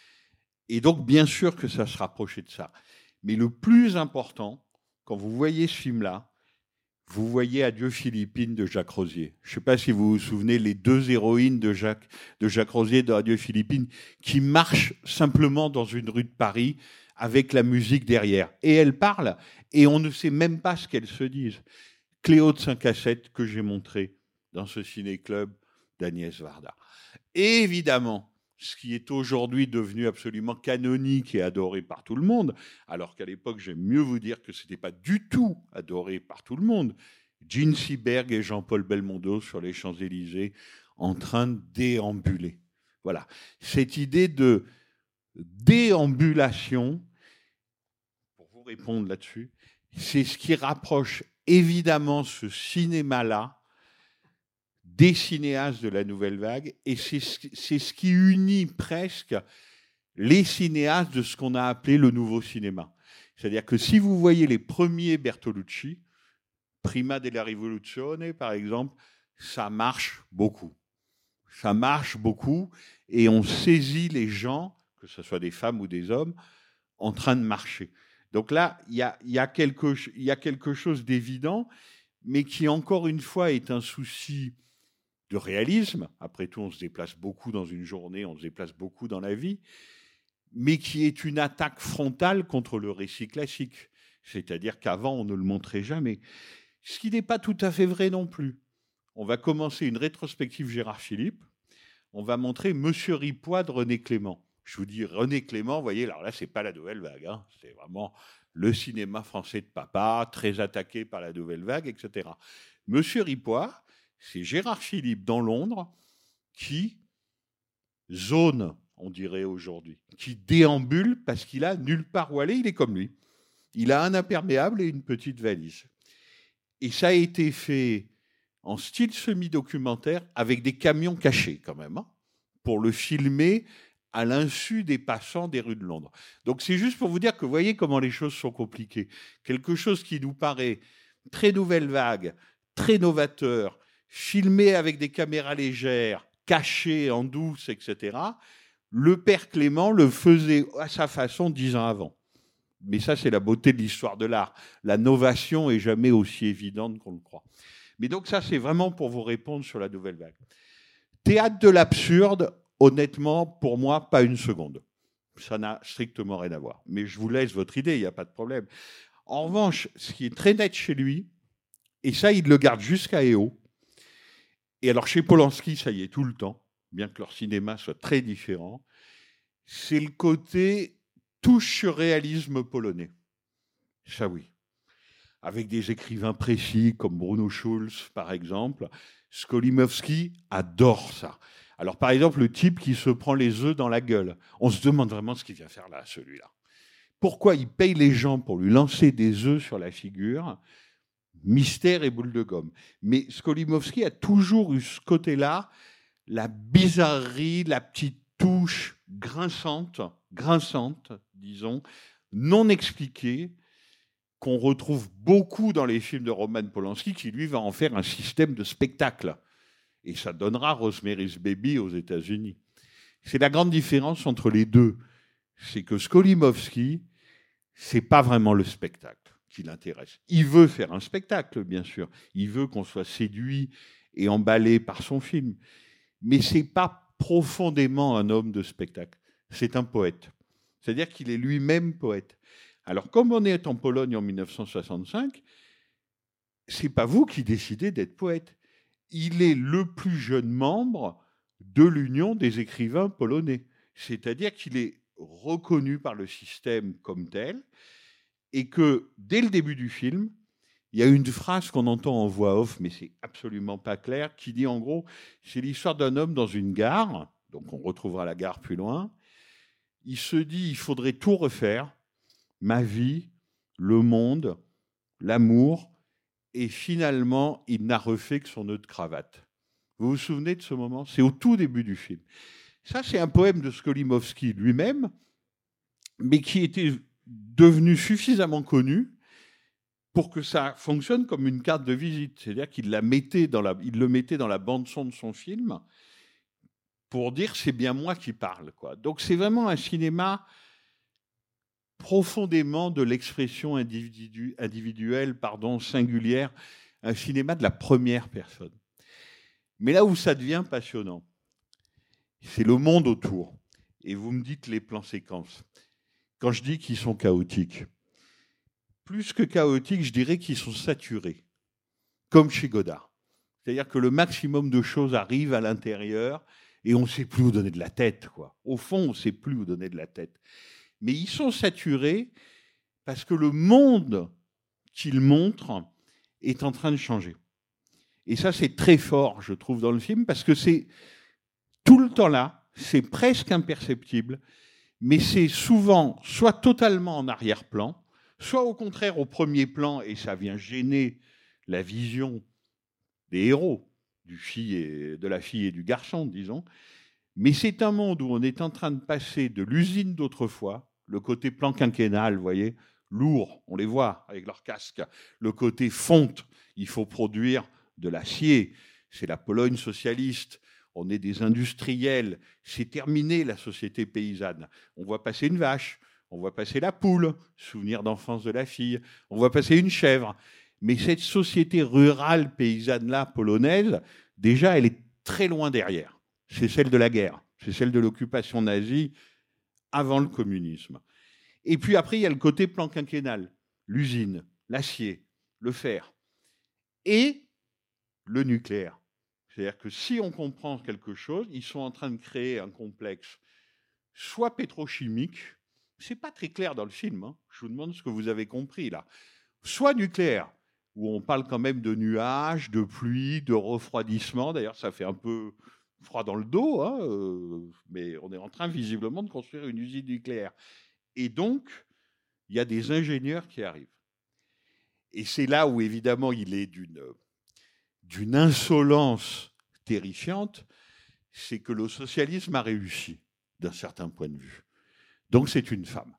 Et donc, bien sûr que ça se rapprochait de ça. Mais le plus important, quand vous voyez ce film-là, vous voyez Adieu Philippines de Jacques Rosier. Je ne sais pas si vous vous souvenez, les deux héroïnes de Jacques, de Jacques Rosier dans Adieu Philippines, qui marchent simplement dans une rue de Paris avec la musique derrière. Et elles parlent, et on ne sait même pas ce qu'elles se disent. Cléo de cinq à sept, que j'ai montré dans ce ciné-club d'Agnès Varda. Et évidemment, ce qui est aujourd'hui devenu absolument canonique et adoré par tout le monde, alors qu'à l'époque, j'aime mieux vous dire que ce n'était pas du tout adoré par tout le monde, Gene Seberg et Jean-Paul Belmondo sur les Champs-Élysées en train de déambuler. Voilà. Cette idée de déambulation, pour vous répondre là-dessus, c'est ce qui rapproche évidemment ce cinéma-là des cinéastes de la nouvelle vague, et c'est ce, c'est ce qui unit presque les cinéastes de ce qu'on a appelé le nouveau cinéma. C'est-à-dire que si vous voyez les premiers Bertolucci, Prima della Rivoluzione par exemple, ça marche beaucoup. Ça marche beaucoup, et on saisit les gens, que ce soit des femmes ou des hommes, en train de marcher. Donc là, il y a, y a quelque, y a quelque chose d'évident, mais qui, encore une fois, est un souci de réalisme. Après tout, on se déplace beaucoup dans une journée, on se déplace beaucoup dans la vie, mais qui est une attaque frontale contre le récit classique. C'est-à-dire qu'avant, on ne le montrait jamais. Ce qui n'est pas tout à fait vrai non plus. On va commencer une rétrospective Gérard Philipe. On va montrer Monsieur Ripois de René Clément. Je vous dis René Clément, vous voyez, alors là, ce n'est pas la nouvelle vague. Hein, c'est vraiment le cinéma français de papa, très attaqué par la nouvelle vague, et cetera. Monsieur Ripois, c'est Gérard Philipe dans Londres qui zone, on dirait aujourd'hui, qui déambule parce qu'il a nulle part où aller, il est comme lui. Il a un imperméable et une petite valise. Et ça a été fait en style semi-documentaire avec des camions cachés quand même, hein, pour le filmer à l'insu des passants des rues de Londres. Donc c'est juste pour vous dire que vous voyez comment les choses sont compliquées. Quelque chose qui nous paraît très nouvelle vague, très novateur, filmé avec des caméras légères, caché en douce, et cetera, le père Clément le faisait à sa façon dix ans avant. Mais ça, c'est la beauté de l'histoire de l'art. La novation est jamais aussi évidente qu'on le croit. Mais donc ça, c'est vraiment pour vous répondre sur la nouvelle vague. Théâtre de l'absurde, honnêtement, pour moi, pas une seconde. Ça n'a strictement rien à voir. Mais je vous laisse votre idée, il n'y a pas de problème. En revanche, ce qui est très net chez lui, et ça, il le garde jusqu'à E O, et alors chez Polanski, ça y est tout le temps, bien que leur cinéma soit très différent, c'est le côté touche surréalisme polonais. Ça oui. Avec des écrivains précis comme Bruno Schulz, par exemple. Skolimowski adore ça. Alors par exemple, le type qui se prend les œufs dans la gueule. On se demande vraiment ce qu'il vient faire là, celui-là. Pourquoi il paye les gens pour lui lancer des œufs sur la figure ? Mystère et boule de gomme. Mais Skolimowski a toujours eu ce côté-là, la bizarrerie, la petite touche grinçante, grinçante, disons, non expliquée, qu'on retrouve beaucoup dans les films de Roman Polanski, qui lui va en faire un système de spectacle. Et ça donnera Rosemary's Baby aux États-Unis. C'est la grande différence entre les deux. C'est que Skolimowski, c'est pas vraiment le spectacle qui l'intéresse. Il veut faire un spectacle, bien sûr. Il veut qu'on soit séduit et emballé par son film. Mais ce n'est pas profondément un homme de spectacle. C'est un poète. C'est-à-dire qu'il est lui-même poète. Alors, comme on est en Pologne en mille neuf cent soixante-cinq, ce n'est pas vous qui décidez d'être poète. Il est le plus jeune membre de l'Union des écrivains polonais. C'est-à-dire qu'il est reconnu par le système comme tel, et que, dès le début du film, il y a une phrase qu'on entend en voix off, mais c'est absolument pas clair, qui dit en gros, c'est l'histoire d'un homme dans une gare, donc on retrouvera la gare plus loin, il se dit, il faudrait tout refaire, ma vie, le monde, l'amour, et finalement, il n'a refait que son nœud de cravate. Vous vous souvenez de ce moment ? C'est au tout début du film. Ça, c'est un poème de Skolimowski lui-même, mais qui était devenu suffisamment connu pour que ça fonctionne comme une carte de visite. C'est-à-dire qu'il la mettait dans la, il le mettait dans la bande-son de son film pour dire « c'est bien moi qui parle ». Quoi. Donc c'est vraiment un cinéma profondément de l'expression individu, individuelle, pardon, singulière, un cinéma de la première personne. Mais là où ça devient passionnant, c'est le monde autour. Et vous me dites les plans séquences. Quand je dis qu'ils sont chaotiques, plus que chaotiques, je dirais qu'ils sont saturés, comme chez Godard. C'est-à-dire que le maximum de choses arrive à l'intérieur et on ne sait plus où donner de la tête, quoi. Au fond, on ne sait plus où donner de la tête. Mais ils sont saturés parce que le monde qu'ils montrent est en train de changer. Et ça, c'est très fort, je trouve, dans le film, parce que c'est tout le temps là, c'est presque imperceptible, mais c'est souvent soit totalement en arrière-plan, soit au contraire au premier plan, et ça vient gêner la vision des héros, du fille et, de la fille et du garçon, disons. Mais c'est un monde où on est en train de passer de l'usine d'autrefois, le côté plan quinquennal, vous voyez, lourd, on les voit avec leurs casques, le côté fonte, il faut produire de l'acier, c'est la Pologne socialiste, on est des industriels, c'est terminé la société paysanne. On voit passer une vache, on voit passer la poule, souvenir d'enfance de la fille, on voit passer une chèvre. Mais cette société rurale paysanne-là, polonaise, déjà, elle est très loin derrière. C'est celle de la guerre, c'est celle de l'occupation nazie avant le communisme. Et puis après, il y a le côté plan quinquennal, l'usine, l'acier, le fer et le nucléaire. C'est-à-dire que si on comprend quelque chose, ils sont en train de créer un complexe soit pétrochimique, c'est pas très clair dans le film, hein, je vous demande ce que vous avez compris là, soit nucléaire, où on parle quand même de nuages, de pluie, de refroidissement, d'ailleurs ça fait un peu froid dans le dos, hein, euh, mais on est en train visiblement de construire une usine nucléaire. Et donc, il y a des ingénieurs qui arrivent. Et c'est là où évidemment il est d'une... d'une insolence terrifiante, c'est que le socialisme a réussi, d'un certain point de vue. Donc c'est une femme.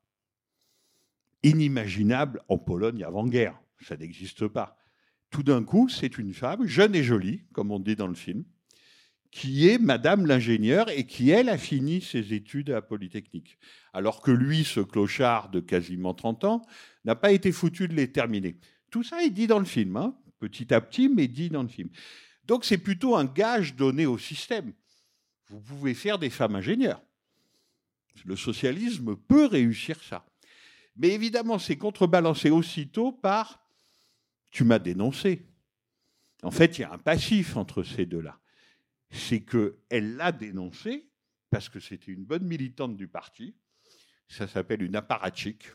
Inimaginable en Pologne avant-guerre, ça n'existe pas. Tout d'un coup, c'est une femme, jeune et jolie, comme on dit dans le film, qui est Madame l'ingénieur et qui, elle, a fini ses études à Polytechnique. Alors que lui, ce clochard de quasiment trente ans, n'a pas été foutu de les terminer. Tout ça est dit dans le film, hein, petit à petit, mais dit dans le film. Donc c'est plutôt un gage donné au système. Vous pouvez faire des femmes ingénieurs. Le socialisme peut réussir ça. Mais évidemment, c'est contrebalancé aussitôt par « tu m'as dénoncé ». En fait, il y a un passif entre ces deux-là. C'est qu'elle l'a dénoncé parce que c'était une bonne militante du parti. Ça s'appelle une apparatchik.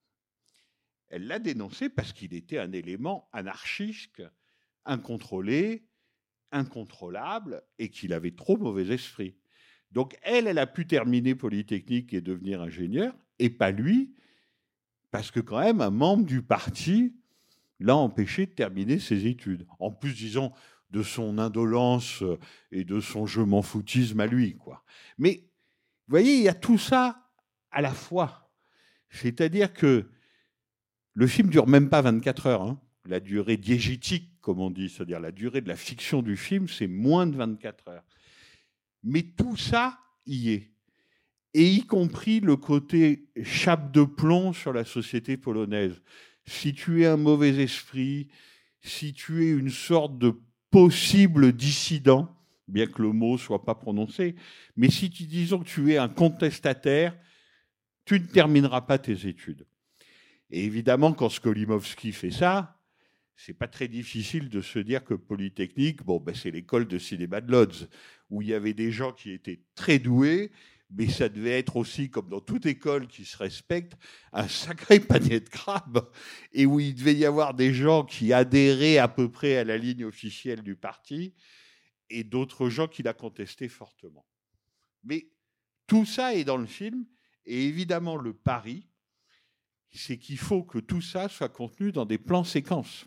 Elle l'a dénoncé parce qu'il était un élément anarchique, incontrôlé, incontrôlable, et qu'il avait trop mauvais esprit. Donc elle, elle a pu terminer Polytechnique et devenir ingénieur, et pas lui, parce que quand même, un membre du parti l'a empêché de terminer ses études. En plus, disons, de son indolence et de son je m'en foutisme à lui, quoi. Mais, vous voyez, il y a tout ça à la fois. C'est-à-dire que le film ne dure même pas vingt-quatre heures. Hein. La durée diégétique, comme on dit, c'est-à-dire la durée de la fiction du film, c'est moins de vingt-quatre heures. Mais tout ça y est. Et y compris le côté chape de plomb sur la société polonaise. si tu es un mauvais esprit, si tu es une sorte de possible dissident, bien que le mot ne soit pas prononcé, mais si tu disons que tu es un contestataire, tu ne termineras pas tes études. Et évidemment, quand Skolimowski fait ça, c'est pas très difficile de se dire que Polytechnique, bon, ben c'est l'école de cinéma de Lodz, où il y avait des gens qui étaient très doués, mais ça devait être aussi, comme dans toute école qui se respecte, un sacré panier de crabes, et où il devait y avoir des gens qui adhéraient à peu près à la ligne officielle du parti, et d'autres gens qui la contestaient fortement. Mais tout ça est dans le film, et évidemment le pari, c'est qu'il faut que tout ça soit contenu dans des plans séquences.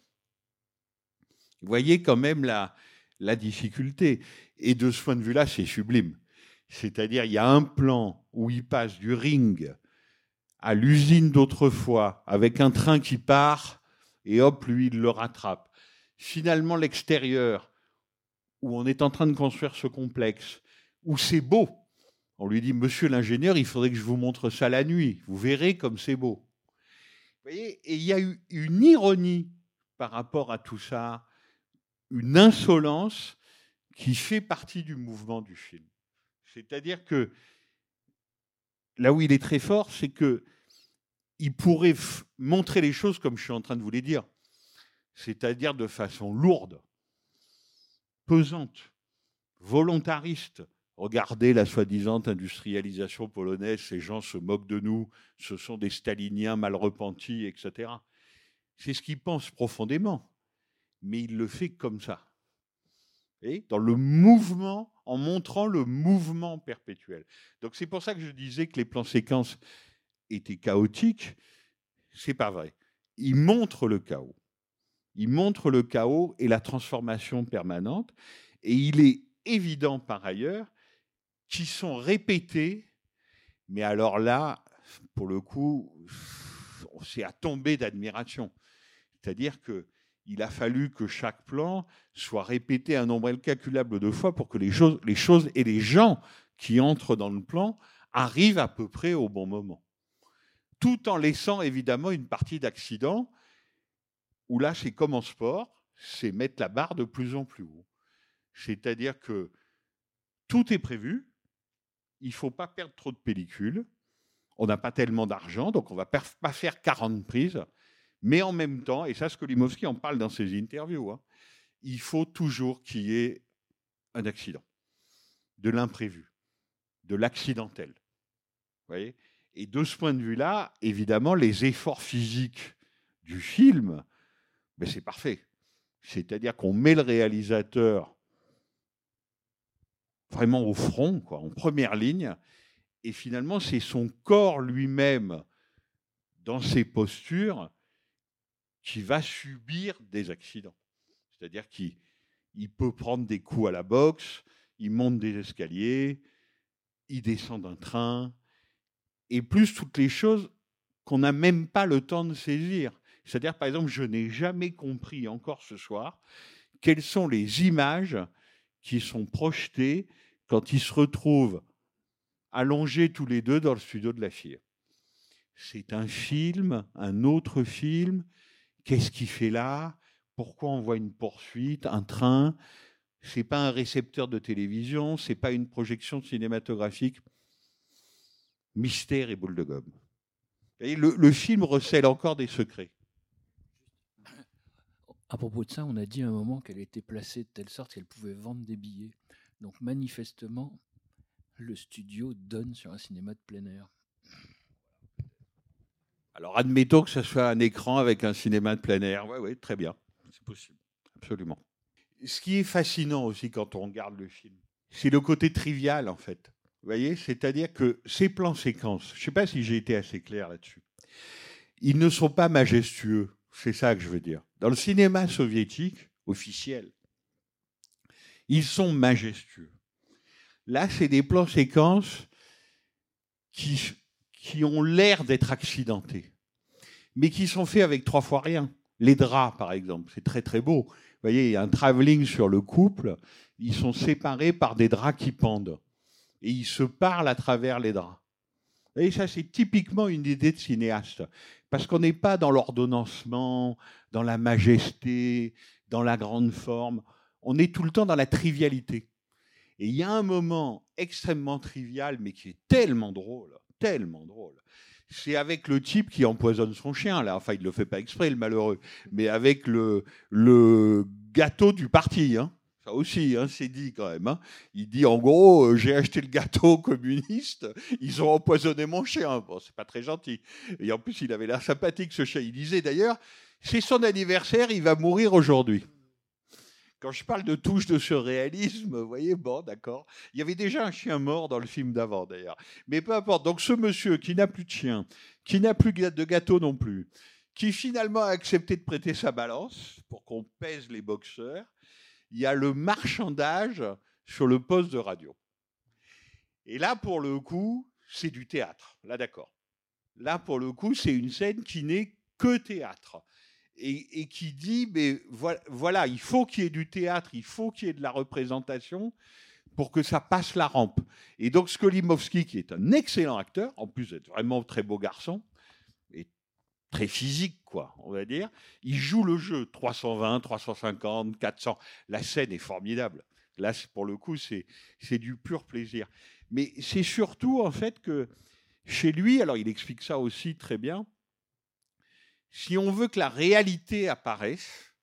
Vous voyez quand même la, la difficulté. Et de ce point de vue-là, c'est sublime. C'est-à-dire, il y a un plan où il passe du ring à l'usine d'autrefois, avec un train qui part, et hop, lui, il le rattrape. Finalement, l'extérieur, où on est en train de construire ce complexe, où c'est beau. On lui dit, monsieur l'ingénieur, il faudrait que je vous montre ça la nuit. Vous verrez comme c'est beau. Vous voyez, et il y a eu une ironie par rapport à tout ça, une insolence qui fait partie du mouvement du film. C'est-à-dire que là où il est très fort, c'est qu'il pourrait f- montrer les choses comme je suis en train de vous les dire, c'est-à-dire de façon lourde, pesante, volontariste. Regardez la soi-disant industrialisation polonaise, ces gens se moquent de nous, ce sont des staliniens mal repentis, et cetera. C'est ce qu'il pense profondément, mais il le fait comme ça. Et dans le mouvement, en montrant le mouvement perpétuel. Donc c'est pour ça que je disais que les plans séquences étaient chaotiques. C'est pas vrai. Ils montrent le chaos. Ils montrent le chaos et la transformation permanente. Et il est évident par ailleurs qu'ils sont répétés, mais alors là, pour le coup, c'est à tomber d'admiration. C'est-à-dire qu'il a fallu que chaque plan soit répété un nombre incalculable de fois pour que les choses, les choses et les gens qui entrent dans le plan arrivent à peu près au bon moment. Tout en laissant évidemment une partie d'accident, où là, c'est comme en sport, c'est mettre la barre de plus en plus haut. C'est-à-dire que tout est prévu, il ne faut pas perdre trop de pellicules, on n'a pas tellement d'argent, donc on ne va pas faire quarante prises, mais en même temps, et ça, Skolimowski en parle dans ses interviews, hein, il faut toujours qu'il y ait un accident, de l'imprévu, de l'accidentel. Vous voyez ? Et de ce point de vue-là, évidemment, les efforts physiques du film, ben c'est parfait. C'est-à-dire qu'on met le réalisateur vraiment au front, quoi, en première ligne, et finalement, c'est son corps lui-même, dans ses postures, qui va subir des accidents. C'est-à-dire qu'il il peut prendre des coups à la boxe, il monte des escaliers, il descend d'un train, et plus toutes les choses qu'on n'a même pas le temps de saisir. C'est-à-dire, par exemple, je n'ai jamais compris encore ce soir quelles sont les images qui sont projetées quand ils se retrouvent allongés tous les deux dans le studio de la F I R. C'est un film, un autre film. Qu'est-ce qu'il fait là ? Pourquoi on voit une poursuite, un train ? Ce n'est pas un récepteur de télévision, ce n'est pas une projection cinématographique. Mystère et boule de gomme. Et le, le film recèle encore des secrets. À propos de ça, on a dit à un moment qu'elle était placée de telle sorte qu'elle pouvait vendre des billets. Donc manifestement, le studio donne sur un cinéma de plein air. Alors admettons que ce soit un écran avec un cinéma de plein air. Oui, oui, très bien. C'est possible. Absolument. Ce qui est fascinant aussi quand on regarde le film, c'est le côté trivial en fait. Vous voyez, c'est-à-dire que ces plans séquences, je ne sais pas si j'ai été assez clair là-dessus, ils ne sont pas majestueux. C'est ça que je veux dire. Dans le cinéma soviétique officiel, ils sont majestueux. Là, c'est des plans séquences qui, qui ont l'air d'être accidentés, mais qui sont faits avec trois fois rien. Les draps, par exemple, c'est très très beau. Vous voyez, il y a un travelling sur le couple, ils sont séparés par des draps qui pendent, et ils se parlent à travers les draps. Et ça, c'est typiquement une idée de cinéaste. Parce qu'on n'est pas dans l'ordonnancement, dans la majesté, dans la grande forme. On est tout le temps dans la trivialité. Et il y a un moment extrêmement trivial, mais qui est tellement drôle, tellement drôle. C'est avec le type qui empoisonne son chien, là. Enfin, il ne le fait pas exprès, le malheureux. Mais avec le, le gâteau du parti, hein. Ça aussi, hein, c'est dit quand même. Hein. Il dit, en gros, euh, j'ai acheté le gâteau communiste, ils ont empoisonné mon chien. Bon, c'est pas très gentil. Et en plus, il avait l'air sympathique, ce chien. Il disait d'ailleurs, c'est son anniversaire, il va mourir aujourd'hui. Quand je parle de touche de surréalisme, vous voyez, bon, d'accord. Il y avait déjà un chien mort dans le film d'avant, d'ailleurs. Mais peu importe. Donc, ce monsieur qui n'a plus de chien, qui n'a plus de gâteau non plus, qui finalement a accepté de prêter sa balance pour qu'on pèse les boxeurs, il y a le marchandage sur le poste de radio. Et là, pour le coup, c'est du théâtre. Là, d'accord. Là, pour le coup, c'est une scène qui n'est que théâtre. Et, et qui dit, mais voilà, voilà, il faut qu'il y ait du théâtre, il faut qu'il y ait de la représentation pour que ça passe la rampe. Et donc, Skolimowski, qui est un excellent acteur, en plus d'être vraiment très beau garçon, et très physique, quoi, on va dire. Il joue le jeu, trois cent vingt, trois cent cinquante, quatre cents. La scène est formidable. Là, pour le coup, c'est, c'est du pur plaisir. Mais c'est surtout, en fait, que chez lui, alors il explique ça aussi très bien, si on veut que la réalité apparaisse,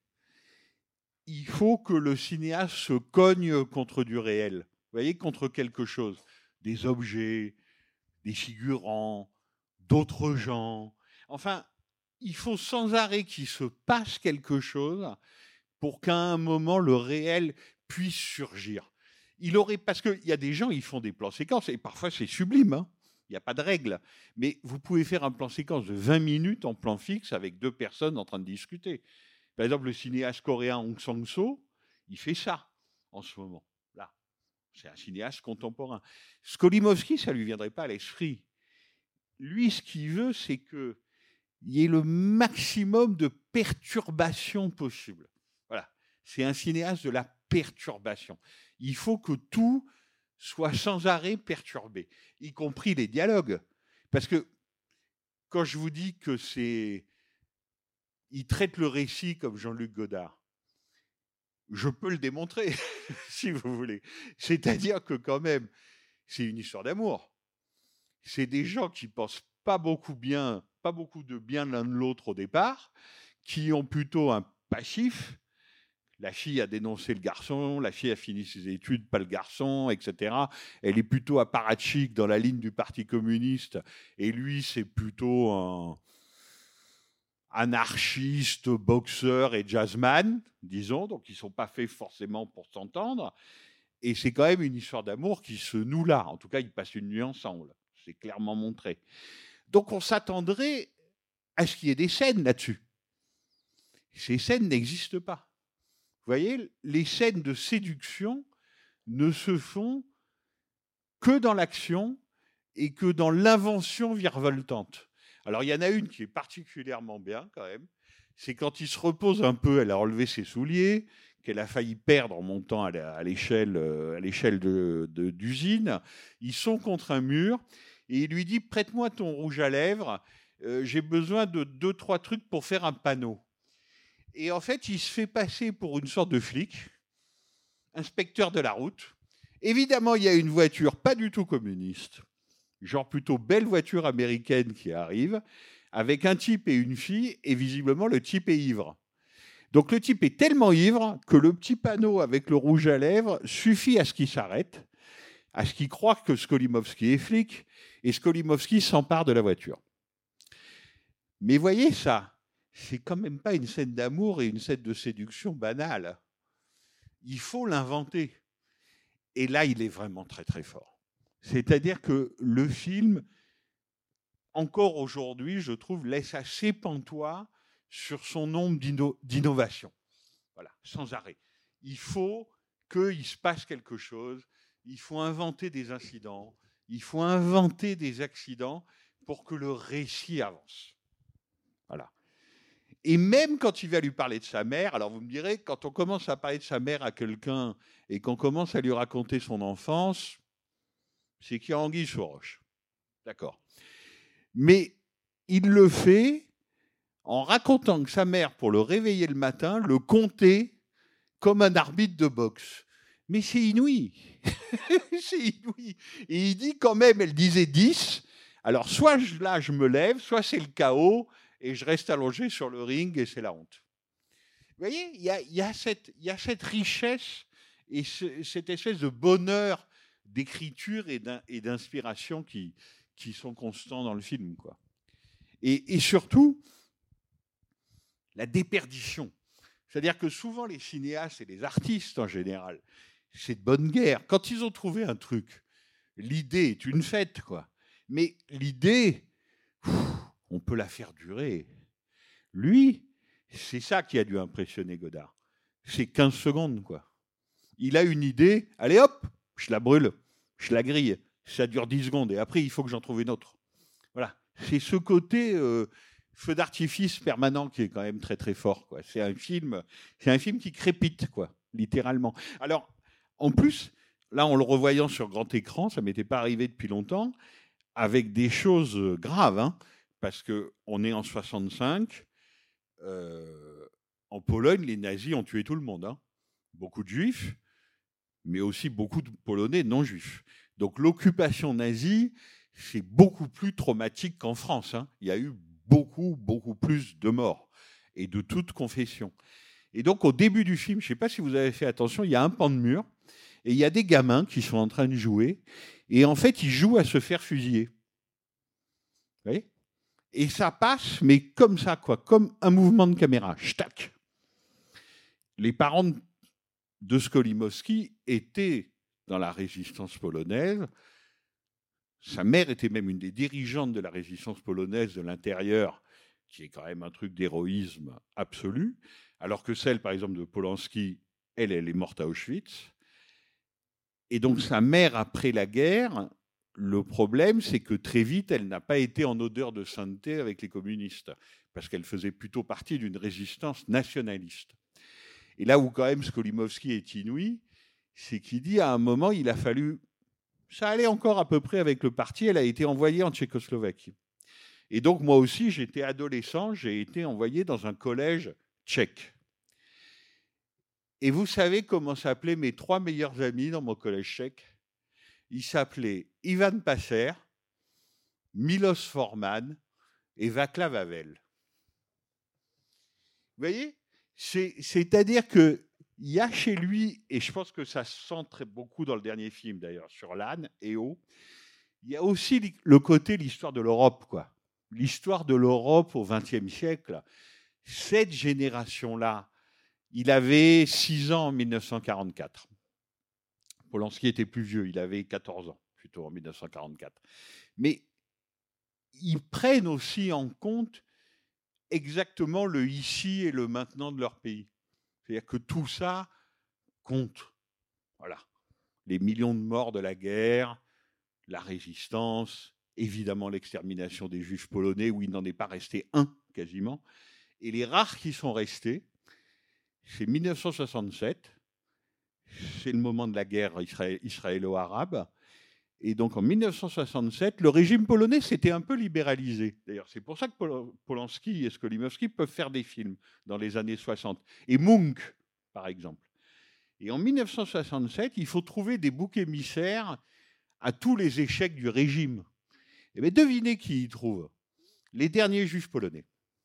il faut que le cinéaste se cogne contre du réel. Vous voyez, contre quelque chose. Des objets, des figurants, d'autres gens. Enfin, il faut sans arrêt qu'il se passe quelque chose pour qu'à un moment, le réel puisse surgir. Il aurait, parce qu'il y a des gens, ils font des plans séquences, et parfois c'est sublime, hein. Il n'y a pas de règle. Mais vous pouvez faire un plan séquence de vingt minutes en plan fixe avec deux personnes en train de discuter. Par exemple, le cinéaste coréen Hong Sang-soo, il fait ça en ce moment. Là, c'est un cinéaste contemporain. Skolimowski, ça ne lui viendrait pas à l'esprit. Lui, ce qu'il veut, c'est qu'il y ait le maximum de perturbation possible. Voilà. C'est un cinéaste de la perturbation. Il faut que tout soit sans arrêt perturbé, y compris les dialogues. Parce que quand je vous dis que c'est... Il traite le récit comme Jean-Luc Godard, je peux le démontrer, si vous voulez. C'est-à-dire que quand même, c'est une histoire d'amour. C'est des gens qui pensent pas beaucoup bien, pas beaucoup de bien l'un de l'autre au départ, qui ont plutôt un passif. La fille a dénoncé le garçon, la fille a fini ses études, pas le garçon, et cetera. Elle est plutôt apparatchik dans la ligne du Parti communiste, et lui, c'est plutôt un anarchiste, boxeur et jazzman, disons, donc ils ne sont pas faits forcément pour s'entendre. Et c'est quand même une histoire d'amour qui se noue là. En tout cas, ils passent une nuit ensemble. C'est clairement montré. Donc on s'attendrait à ce qu'il y ait des scènes là-dessus. Ces scènes n'existent pas. Vous voyez, les scènes de séduction ne se font que dans l'action et que dans l'invention virevoltante. Alors, il y en a une qui est particulièrement bien, quand même. C'est quand il se repose un peu, elle a enlevé ses souliers, qu'elle a failli perdre en montant à l'échelle, à l'échelle de, de, d'usine. Ils sont contre un mur et il lui dit « Prête-moi ton rouge à lèvres, euh, j'ai besoin de deux, trois trucs pour faire un panneau. » Et en fait, il se fait passer pour une sorte de flic, inspecteur de la route. Évidemment, il y a une voiture pas du tout communiste, genre plutôt belle voiture américaine qui arrive, avec un type et une fille, et visiblement, le type est ivre. Donc, le type est tellement ivre que le petit panneau avec le rouge à lèvres suffit à ce qu'il s'arrête, à ce qu'il croit que Skolimowski est flic, et Skolimowski s'empare de la voiture. Mais voyez ça, c'est quand même pas une scène d'amour et une scène de séduction banale. Il faut l'inventer. Et là, il est vraiment très, très fort. C'est-à-dire que le film, encore aujourd'hui, je trouve, laisse assez pantois sur son nombre d'inno- d'innovations. Voilà, sans arrêt. Il faut qu'il se passe quelque chose, il faut inventer des incidents, il faut inventer des accidents pour que le récit avance. Voilà. Et même quand il va lui parler de sa mère, alors vous me direz, quand on commence à parler de sa mère à quelqu'un et qu'on commence à lui raconter son enfance, c'est qu'il y a anguille sous roche. D'accord. Mais il le fait en racontant que sa mère, pour le réveiller le matin, le comptait comme un arbitre de boxe. Mais c'est inouï. C'est inouï. Et il dit quand même, elle disait dix. Alors, soit je, là, je me lève, soit c'est le chaos, et je reste allongé sur le ring, et c'est la honte. Vous voyez, il y a, y a cette, y a cette richesse et ce, cette espèce de bonheur d'écriture et, d'in, et d'inspiration qui, qui sont constants dans le film, quoi. Et, et surtout, la déperdition. C'est-à-dire que souvent, les cinéastes et les artistes, en général, c'est de bonne guerre. Quand ils ont trouvé un truc, l'idée est une fête, quoi. Mais l'idée, pff, on peut la faire durer. Lui, c'est ça qui a dû impressionner Godard. C'est quinze secondes, quoi. Il a une idée, allez hop, je la brûle, je la grille. Ça dure dix secondes et après, il faut que j'en trouve une autre. Voilà. C'est ce côté euh, feu d'artifice permanent qui est quand même très très fort, quoi. C'est un film, c'est un film qui crépite, quoi, littéralement. Alors, en plus, là, en le revoyant sur grand écran, ça ne m'était pas arrivé depuis longtemps, avec des choses graves, hein, parce qu'on est en soixante-cinq, euh, en Pologne, les nazis ont tué tout le monde, hein. Beaucoup de juifs, mais aussi beaucoup de Polonais non-juifs. Donc l'occupation nazie, c'est beaucoup plus traumatique qu'en France, hein. Il y a eu beaucoup, beaucoup plus de morts, et de toute confession. Et donc au début du film, je ne sais pas si vous avez fait attention, il y a un pan de mur, et il y a des gamins qui sont en train de jouer, et en fait, ils jouent à se faire fusiller. Vous voyez ? Et ça passe, mais comme ça, quoi, comme un mouvement de caméra. Ch'tac. Les parents de Skolimowski étaient dans la résistance polonaise. Sa mère était même une des dirigeantes de la résistance polonaise de l'intérieur, qui est quand même un truc d'héroïsme absolu, alors que celle, par exemple, de Polanski, elle, elle est morte à Auschwitz. Et donc, sa mère, après la guerre, le problème, c'est que très vite, elle n'a pas été en odeur de sainteté avec les communistes, parce qu'elle faisait plutôt partie d'une résistance nationaliste. Et là où, quand même, Skolimowski est inouï, c'est qu'il dit, à un moment, il a fallu... Ça allait encore à peu près avec le parti, elle a été envoyée en Tchécoslovaquie. Et donc, moi aussi, j'étais adolescent, j'ai été envoyé dans un collège tchèque. Et vous savez comment s'appelaient mes trois meilleurs amis dans mon collège tchèque ? Ils s'appelaient Ivan Passer, Milos Forman et Václav Havel. Vous voyez ? C'est, c'est-à-dire qu'il y a chez lui, et je pense que ça se sent très beaucoup dans le dernier film d'ailleurs, sur l'âne et O, il y a aussi le côté l'histoire de l'Europe, quoi. L'histoire de l'Europe au vingtième siècle. Cette génération-là, il avait six ans en mille neuf cent quarante-quatre. Polanski était plus vieux, il avait quatorze ans, plutôt en mille neuf cent quarante-quatre. Mais ils prennent aussi en compte exactement le ici et le maintenant de leur pays. C'est-à-dire que tout ça compte. Voilà. Les millions de morts de la guerre, la résistance, évidemment l'extermination des Juifs polonais, où il n'en est pas resté un quasiment. Et les rares qui sont restés, c'est mille neuf cent soixante-sept, c'est le moment de la guerre israélo-arabe. Et donc en mille neuf cent soixante-sept, le régime polonais s'était un peu libéralisé. D'ailleurs, c'est pour ça que Polanski et Skolimowski peuvent faire des films dans les années soixante. Et Munch, par exemple. Et en mille neuf cent soixante-sept, il faut trouver des boucs émissaires à tous les échecs du régime. Et bien, devinez qui y trouve ? Les derniers juifs polonais.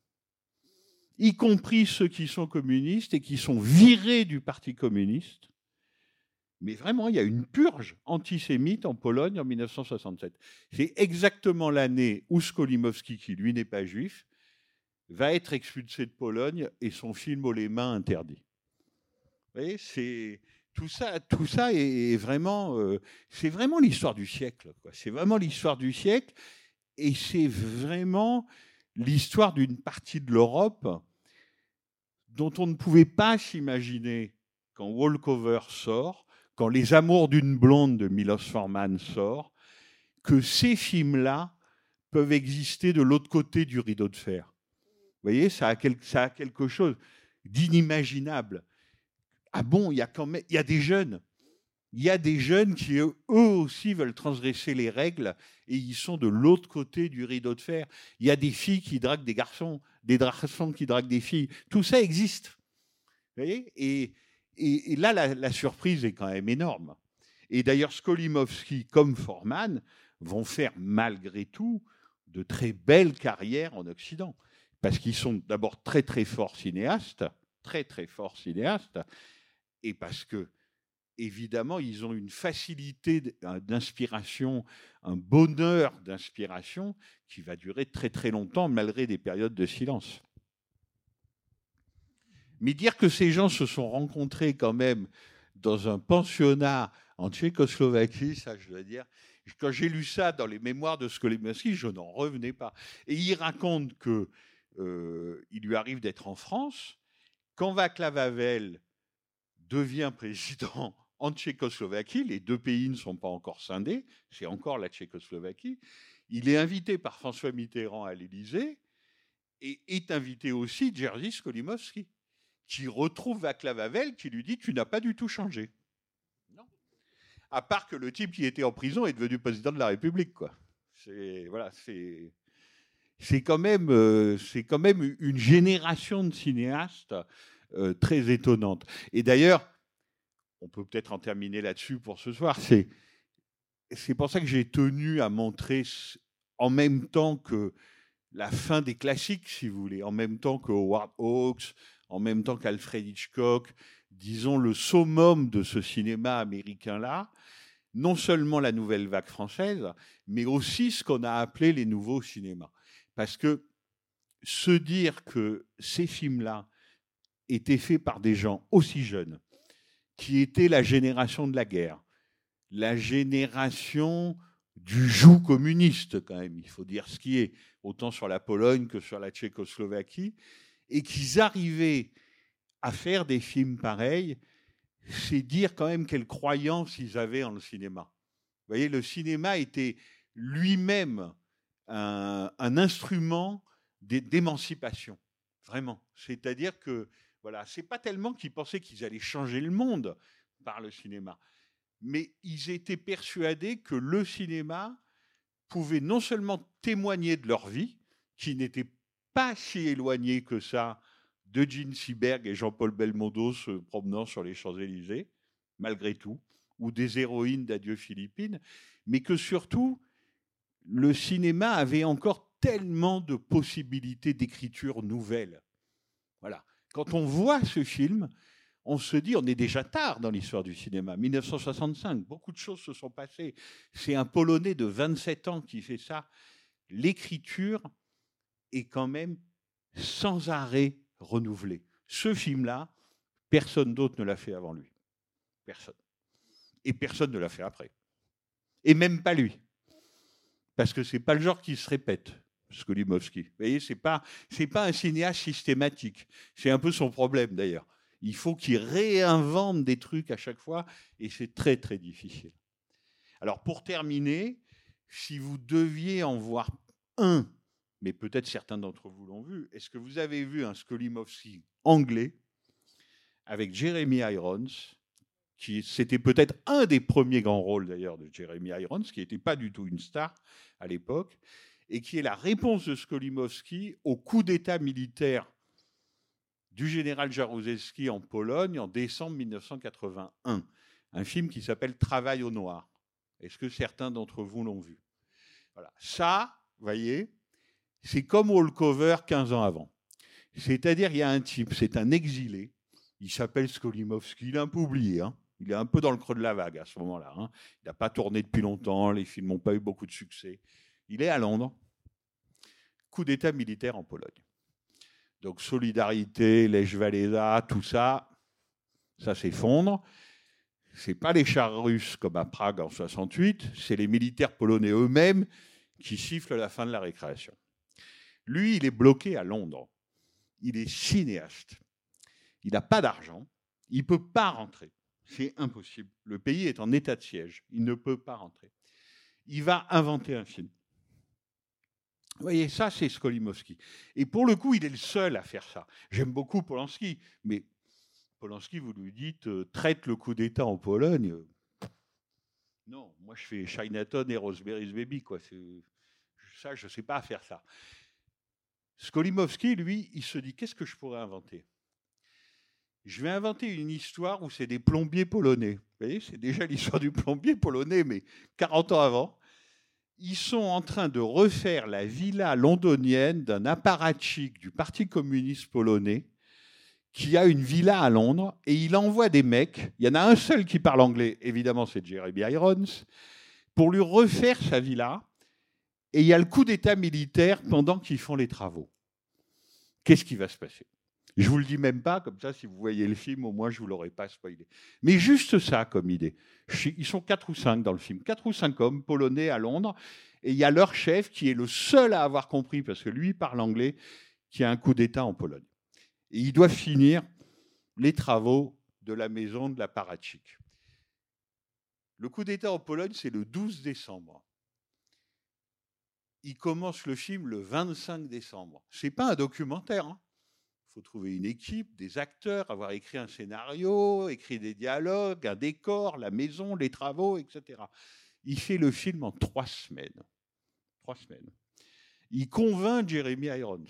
Y compris ceux qui sont communistes et qui sont virés du Parti communiste. Mais vraiment, il y a une purge antisémite en Pologne en mille neuf cent soixante-sept. C'est exactement l'année où Skolimowski, qui lui n'est pas juif, va être expulsé de Pologne et son film haut les mains interdit. Vous voyez, c'est... Tout ça, tout ça est vraiment, euh, c'est vraiment l'histoire du siècle, quoi. C'est vraiment l'histoire du siècle et c'est vraiment l'histoire d'une partie de l'Europe dont on ne pouvait pas s'imaginer quand Walkover sort, quand Les Amours d'une blonde de Milos Forman sort, que ces films-là peuvent exister de l'autre côté du rideau de fer. Vous voyez, ça a, quel, ça a quelque chose d'inimaginable. Ah bon, il y a quand même, il y a des jeunes, il y a des jeunes qui, eux aussi, veulent transgresser les règles et ils sont de l'autre côté du rideau de fer. Il y a des filles qui draguent des garçons, des garçons qui draguent des filles. Tout ça existe. Vous voyez ? et, et, et là, la, la surprise est quand même énorme. Et d'ailleurs, Skolimowski comme Forman vont faire malgré tout de très belles carrières en Occident. Parce qu'ils sont d'abord très très forts cinéastes, très très forts cinéastes, et parce que évidemment, ils ont une facilité d'inspiration, un bonheur d'inspiration qui va durer très très longtemps malgré des périodes de silence. Mais dire que ces gens se sont rencontrés quand même dans un pensionnat en Tchécoslovaquie, ça je dois dire, quand j'ai lu ça dans les mémoires de Skolimowski, je n'en revenais pas. Et il raconte qu'il euh, lui arrive d'être en France, quand Václav Havel devient président en Tchécoslovaquie, les deux pays ne sont pas encore scindés, c'est encore la Tchécoslovaquie. Il est invité par François Mitterrand à l'Élysée et est invité aussi Jerzy Skolimowski, qui retrouve Václav Havel, qui lui dit « Tu n'as pas du tout changé ». Non. À part que le type qui était en prison est devenu président de la République, quoi. C'est, voilà, c'est, c'est, quand même, euh, c'est quand même une génération de cinéastes euh, très étonnante. Et d'ailleurs, on peut peut-être en terminer là-dessus pour ce soir. C'est, c'est pour ça que j'ai tenu à montrer en même temps que la fin des classiques, si vous voulez, en même temps que Howard Hawks, en même temps qu'Alfred Hitchcock, disons le summum de ce cinéma américain-là, non seulement la nouvelle vague française, mais aussi ce qu'on a appelé les nouveaux cinémas. Parce que se dire que ces films-là étaient faits par des gens aussi jeunes, qui était la génération de la guerre, la génération du joug communiste quand même, il faut dire ce qui est, autant sur la Pologne que sur la Tchécoslovaquie, et qu'ils arrivaient à faire des films pareils, c'est dire quand même quelle croyance ils avaient en le cinéma. Vous voyez, le cinéma était lui-même un, un instrument d'émancipation, vraiment. C'est-à-dire que voilà, c'est pas tellement qu'ils pensaient qu'ils allaient changer le monde par le cinéma, mais ils étaient persuadés que le cinéma pouvait non seulement témoigner de leur vie, qui n'était pas si éloignée que ça de Gene Seberg et Jean-Paul Belmondo se promenant sur les Champs-Élysées, malgré tout, ou des héroïnes d'Adieu Philippines, mais que surtout, le cinéma avait encore tellement de possibilités d'écriture nouvelle. Voilà. Quand on voit ce film, on se dit, on est déjà tard dans l'histoire du cinéma. mille neuf cent soixante-cinq, beaucoup de choses se sont passées. C'est un Polonais de vingt-sept ans qui fait ça. L'écriture est quand même sans arrêt renouvelée. Ce film-là, personne d'autre ne l'a fait avant lui. Personne. Et personne ne l'a fait après. Et même pas lui. Parce que ce n'est pas le genre qui se répète. Skolimowski. Vous voyez, ce n'est pas, c'est pas un cinéaste systématique. C'est un peu son problème, d'ailleurs. Il faut qu'il réinvente des trucs à chaque fois, et c'est très, très difficile. Alors, pour terminer, si vous deviez en voir un, mais peut-être certains d'entre vous l'ont vu, est-ce que vous avez vu un Skolimowski anglais avec Jeremy Irons, qui c'était peut-être un des premiers grands rôles, d'ailleurs, de Jeremy Irons, qui n'était pas du tout une star à l'époque, et qui est la réponse de Skolimowski au coup d'État militaire du général Jaruzelski en Pologne en décembre mille neuf cent quatre-vingt-un. Un film qui s'appelle « Travail au noir ». Est-ce que certains d'entre vous l'ont vu ? Voilà. Ça, vous voyez, c'est comme Walkover quinze ans avant. C'est-à-dire, il y a un type, c'est un exilé, il s'appelle Skolimowski, il est un peu oublié, hein. Il est un peu dans le creux de la vague à ce moment-là. Hein. Il n'a pas tourné depuis longtemps, les films n'ont pas eu beaucoup de succès. Il est à Londres, coup d'État militaire en Pologne. Donc Solidarité, Lech Walesa, tout ça, ça s'effondre. Ce n'est pas les chars russes comme à Prague en soixante-huit, c'est les militaires polonais eux-mêmes qui sifflent la fin de la récréation. Lui, il est bloqué à Londres. Il est cinéaste. Il n'a pas d'argent. Il ne peut pas rentrer. C'est impossible. Le pays est en état de siège. Il ne peut pas rentrer. Il va inventer un film. Vous voyez, ça, c'est Skolimowski. Et pour le coup, il est le seul à faire ça. J'aime beaucoup Polanski, mais Polanski, vous lui dites, euh, traite le coup d'État en Pologne, euh, Non, moi je fais Chinatown et Rosemary's Baby, quoi. C'est, ça, je ne sais pas faire ça. Skolimowski, lui, il se dit, qu'est-ce que je pourrais inventer ? Je vais inventer une histoire où c'est des plombiers polonais. Vous voyez, c'est déjà l'histoire du plombier polonais, mais quarante ans avant. Ils sont en train de refaire la villa londonienne d'un apparatchik du Parti communiste polonais qui a une villa à Londres, et il envoie des mecs, il y en a un seul qui parle anglais, évidemment c'est Jeremy Irons, pour lui refaire sa villa, et il y a le coup d'état militaire pendant qu'ils font les travaux. Qu'est-ce qui va se passer ? Je ne vous le dis même pas, comme ça, si vous voyez le film, au moins je ne vous l'aurais pas spoilé. Mais juste ça comme idée. Ils sont quatre ou cinq dans le film, quatre ou cinq hommes polonais à Londres, et il y a leur chef qui est le seul à avoir compris, parce que lui parle anglais, qu'il y a un coup d'état en Pologne. Et il doit finir les travaux de la maison de l'apparatchik. Le coup d'état en Pologne, c'est le douze décembre. Il commence le film le vingt-cinq décembre. Ce n'est pas un documentaire. Hein. Il faut trouver une équipe, des acteurs, avoir écrit un scénario, écrit des dialogues, un décor, la maison, les travaux, et cetera. Il fait le film en trois semaines. Trois semaines. Il convainc Jeremy Irons,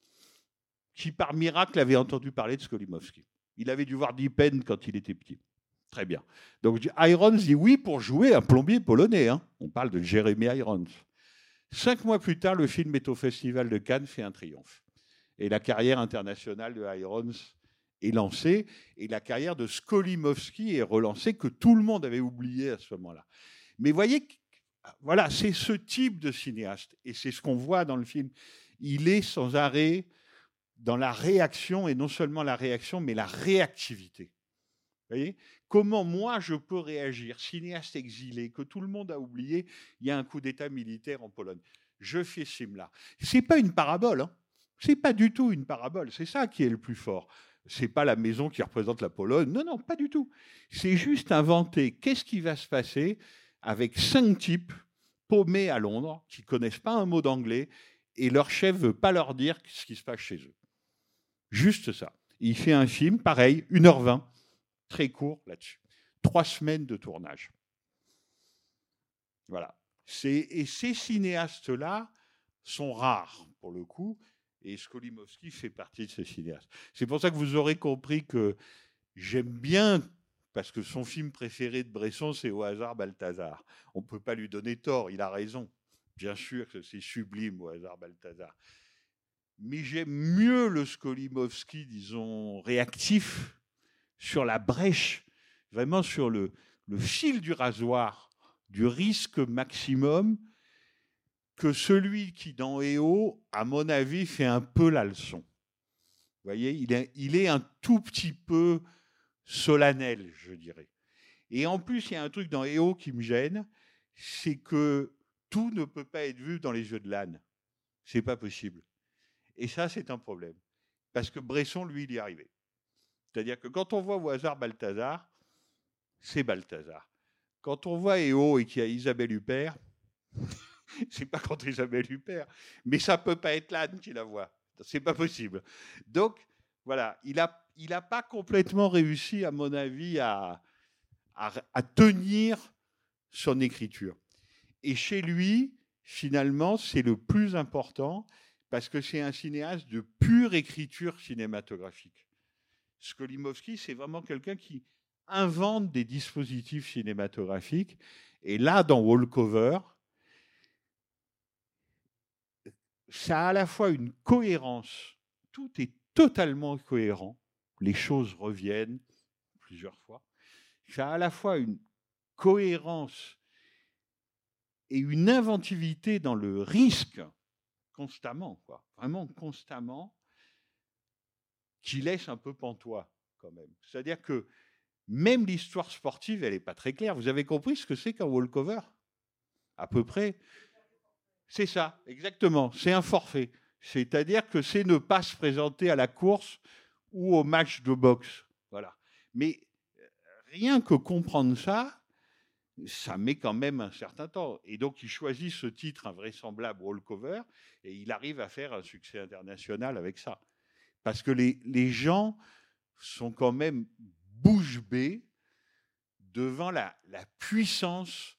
qui par miracle avait entendu parler de Skolimowski. Il avait dû voir Deep End quand il était petit. Très bien. Donc Irons dit oui pour jouer un plombier polonais. Hein. On parle de Jeremy Irons. Cinq mois plus tard, le film est au Festival de Cannes, fait un triomphe. Et la carrière internationale de Irons est lancée, et la carrière de Skolimowski est relancée, que tout le monde avait oublié à ce moment-là. Mais voyez, voilà, c'est ce type de cinéaste, et c'est ce qu'on voit dans le film. Il est sans arrêt dans la réaction, et non seulement la réaction, mais la réactivité. Vous voyez ? Comment moi je peux réagir, cinéaste exilé, que tout le monde a oublié, il y a un coup d'état militaire en Pologne. Je fais ce film-là. Ce n'est pas une parabole, hein. Ce n'est pas du tout une parabole, c'est ça qui est le plus fort. Ce n'est pas la maison qui représente la Pologne, non, non, pas du tout. C'est juste inventer qu'est-ce qui va se passer avec cinq types paumés à Londres, qui ne connaissent pas un mot d'anglais, et leur chef ne veut pas leur dire ce qui se passe chez eux. Juste ça. Il fait un film, pareil, une heure vingt, très court là-dessus. Trois semaines de tournage. Voilà. C'est, et ces cinéastes-là sont rares, pour le coup, et Skolimowski fait partie de ces cinéastes. C'est pour ça que vous aurez compris que j'aime bien, parce que son film préféré de Bresson, c'est Au hasard Balthazar. On ne peut pas lui donner tort, il a raison. Bien sûr que c'est sublime, Au hasard Balthazar. Mais j'aime mieux le Skolimowski, disons, réactif, sur la brèche, vraiment sur le, le fil du rasoir, du risque maximum, que celui qui, dans E O, à mon avis, fait un peu la leçon. Vous voyez, il est, il est un tout petit peu solennel, je dirais. Et en plus, il y a un truc dans E O qui me gêne, c'est que tout ne peut pas être vu dans les yeux de l'âne. C'est pas possible. Et ça, c'est un problème. Parce que Bresson, lui, il y est arrivé. C'est-à-dire que quand on voit Au hasard Balthazar, c'est Balthazar. Quand on voit E O et qu'il y a Isabelle Huppert, c'est pas contre Isabelle Huppert, mais ça peut pas être l'âne qui la voit. C'est pas possible. Donc, voilà, il a, il a pas complètement réussi, à mon avis, à, à, à tenir son écriture. Et chez lui, finalement, c'est le plus important, parce que c'est un cinéaste de pure écriture cinématographique. Skolimowski, c'est vraiment quelqu'un qui invente des dispositifs cinématographiques. Et là, dans Walkover, ça a à la fois une cohérence, tout est totalement cohérent, les choses reviennent plusieurs fois, ça a à la fois une cohérence et une inventivité dans le risque, constamment, quoi, vraiment constamment, qui laisse un peu pantois, quand même. C'est-à-dire que même l'histoire sportive, elle n'est pas très claire. Vous avez compris ce que c'est qu'un walkover ? À peu près. C'est ça, exactement. C'est un forfait. C'est-à-dire que c'est ne pas se présenter à la course ou au match de boxe. Voilà. Mais rien que comprendre ça, ça met quand même un certain temps. Et donc, il choisit ce titre invraisemblable walkover et il arrive à faire un succès international avec ça. Parce que les, les gens sont quand même bouche bée devant la, la puissance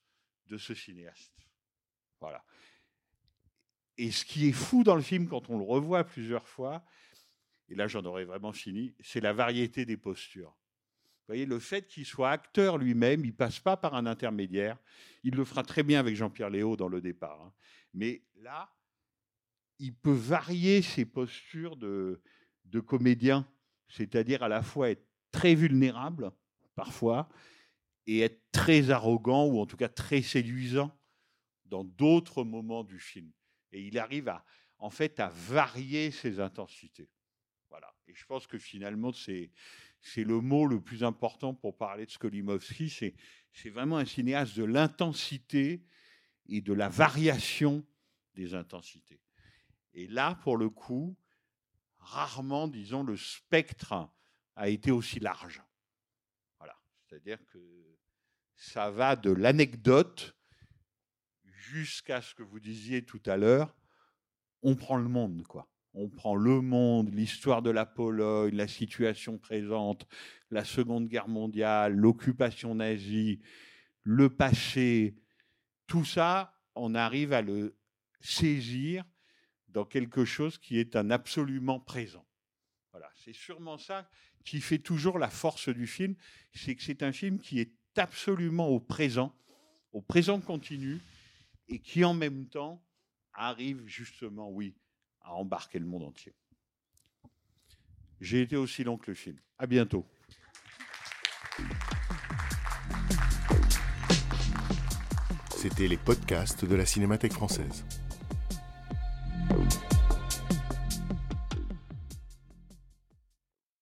de ce cinéaste. Voilà. Et ce qui est fou dans le film, quand on le revoit plusieurs fois, et là j'en aurais vraiment fini, c'est la variété des postures. Vous voyez, le fait qu'il soit acteur lui-même, il ne passe pas par un intermédiaire. Il le fera très bien avec Jean-Pierre Léaud dans Le Départ. Hein. Mais là, il peut varier ses postures de, de comédien, c'est-à-dire à la fois être très vulnérable, parfois, et être très arrogant, ou en tout cas très séduisant, dans d'autres moments du film. Et il arrive à, en fait, à varier ses intensités. Voilà. Et je pense que finalement, c'est, c'est le mot le plus important pour parler de Skolimowski. C'est, c'est vraiment un cinéaste de l'intensité et de la variation des intensités. Et là, pour le coup, rarement, disons, le spectre a été aussi large. Voilà. C'est-à-dire que ça va de l'anecdote jusqu'à ce que vous disiez tout à l'heure, on prend le monde, quoi. On prend le monde, l'histoire de la Pologne, la situation présente, la Seconde Guerre mondiale, l'occupation nazie, le passé, tout ça, on arrive à le saisir dans quelque chose qui est un absolument présent. Voilà, c'est sûrement ça qui fait toujours la force du film, c'est que c'est un film qui est absolument au présent, au présent continu, et qui en même temps arrive justement, oui, à embarquer le monde entier. J'ai été aussi long que le film. À bientôt. C'était les podcasts de la Cinémathèque française.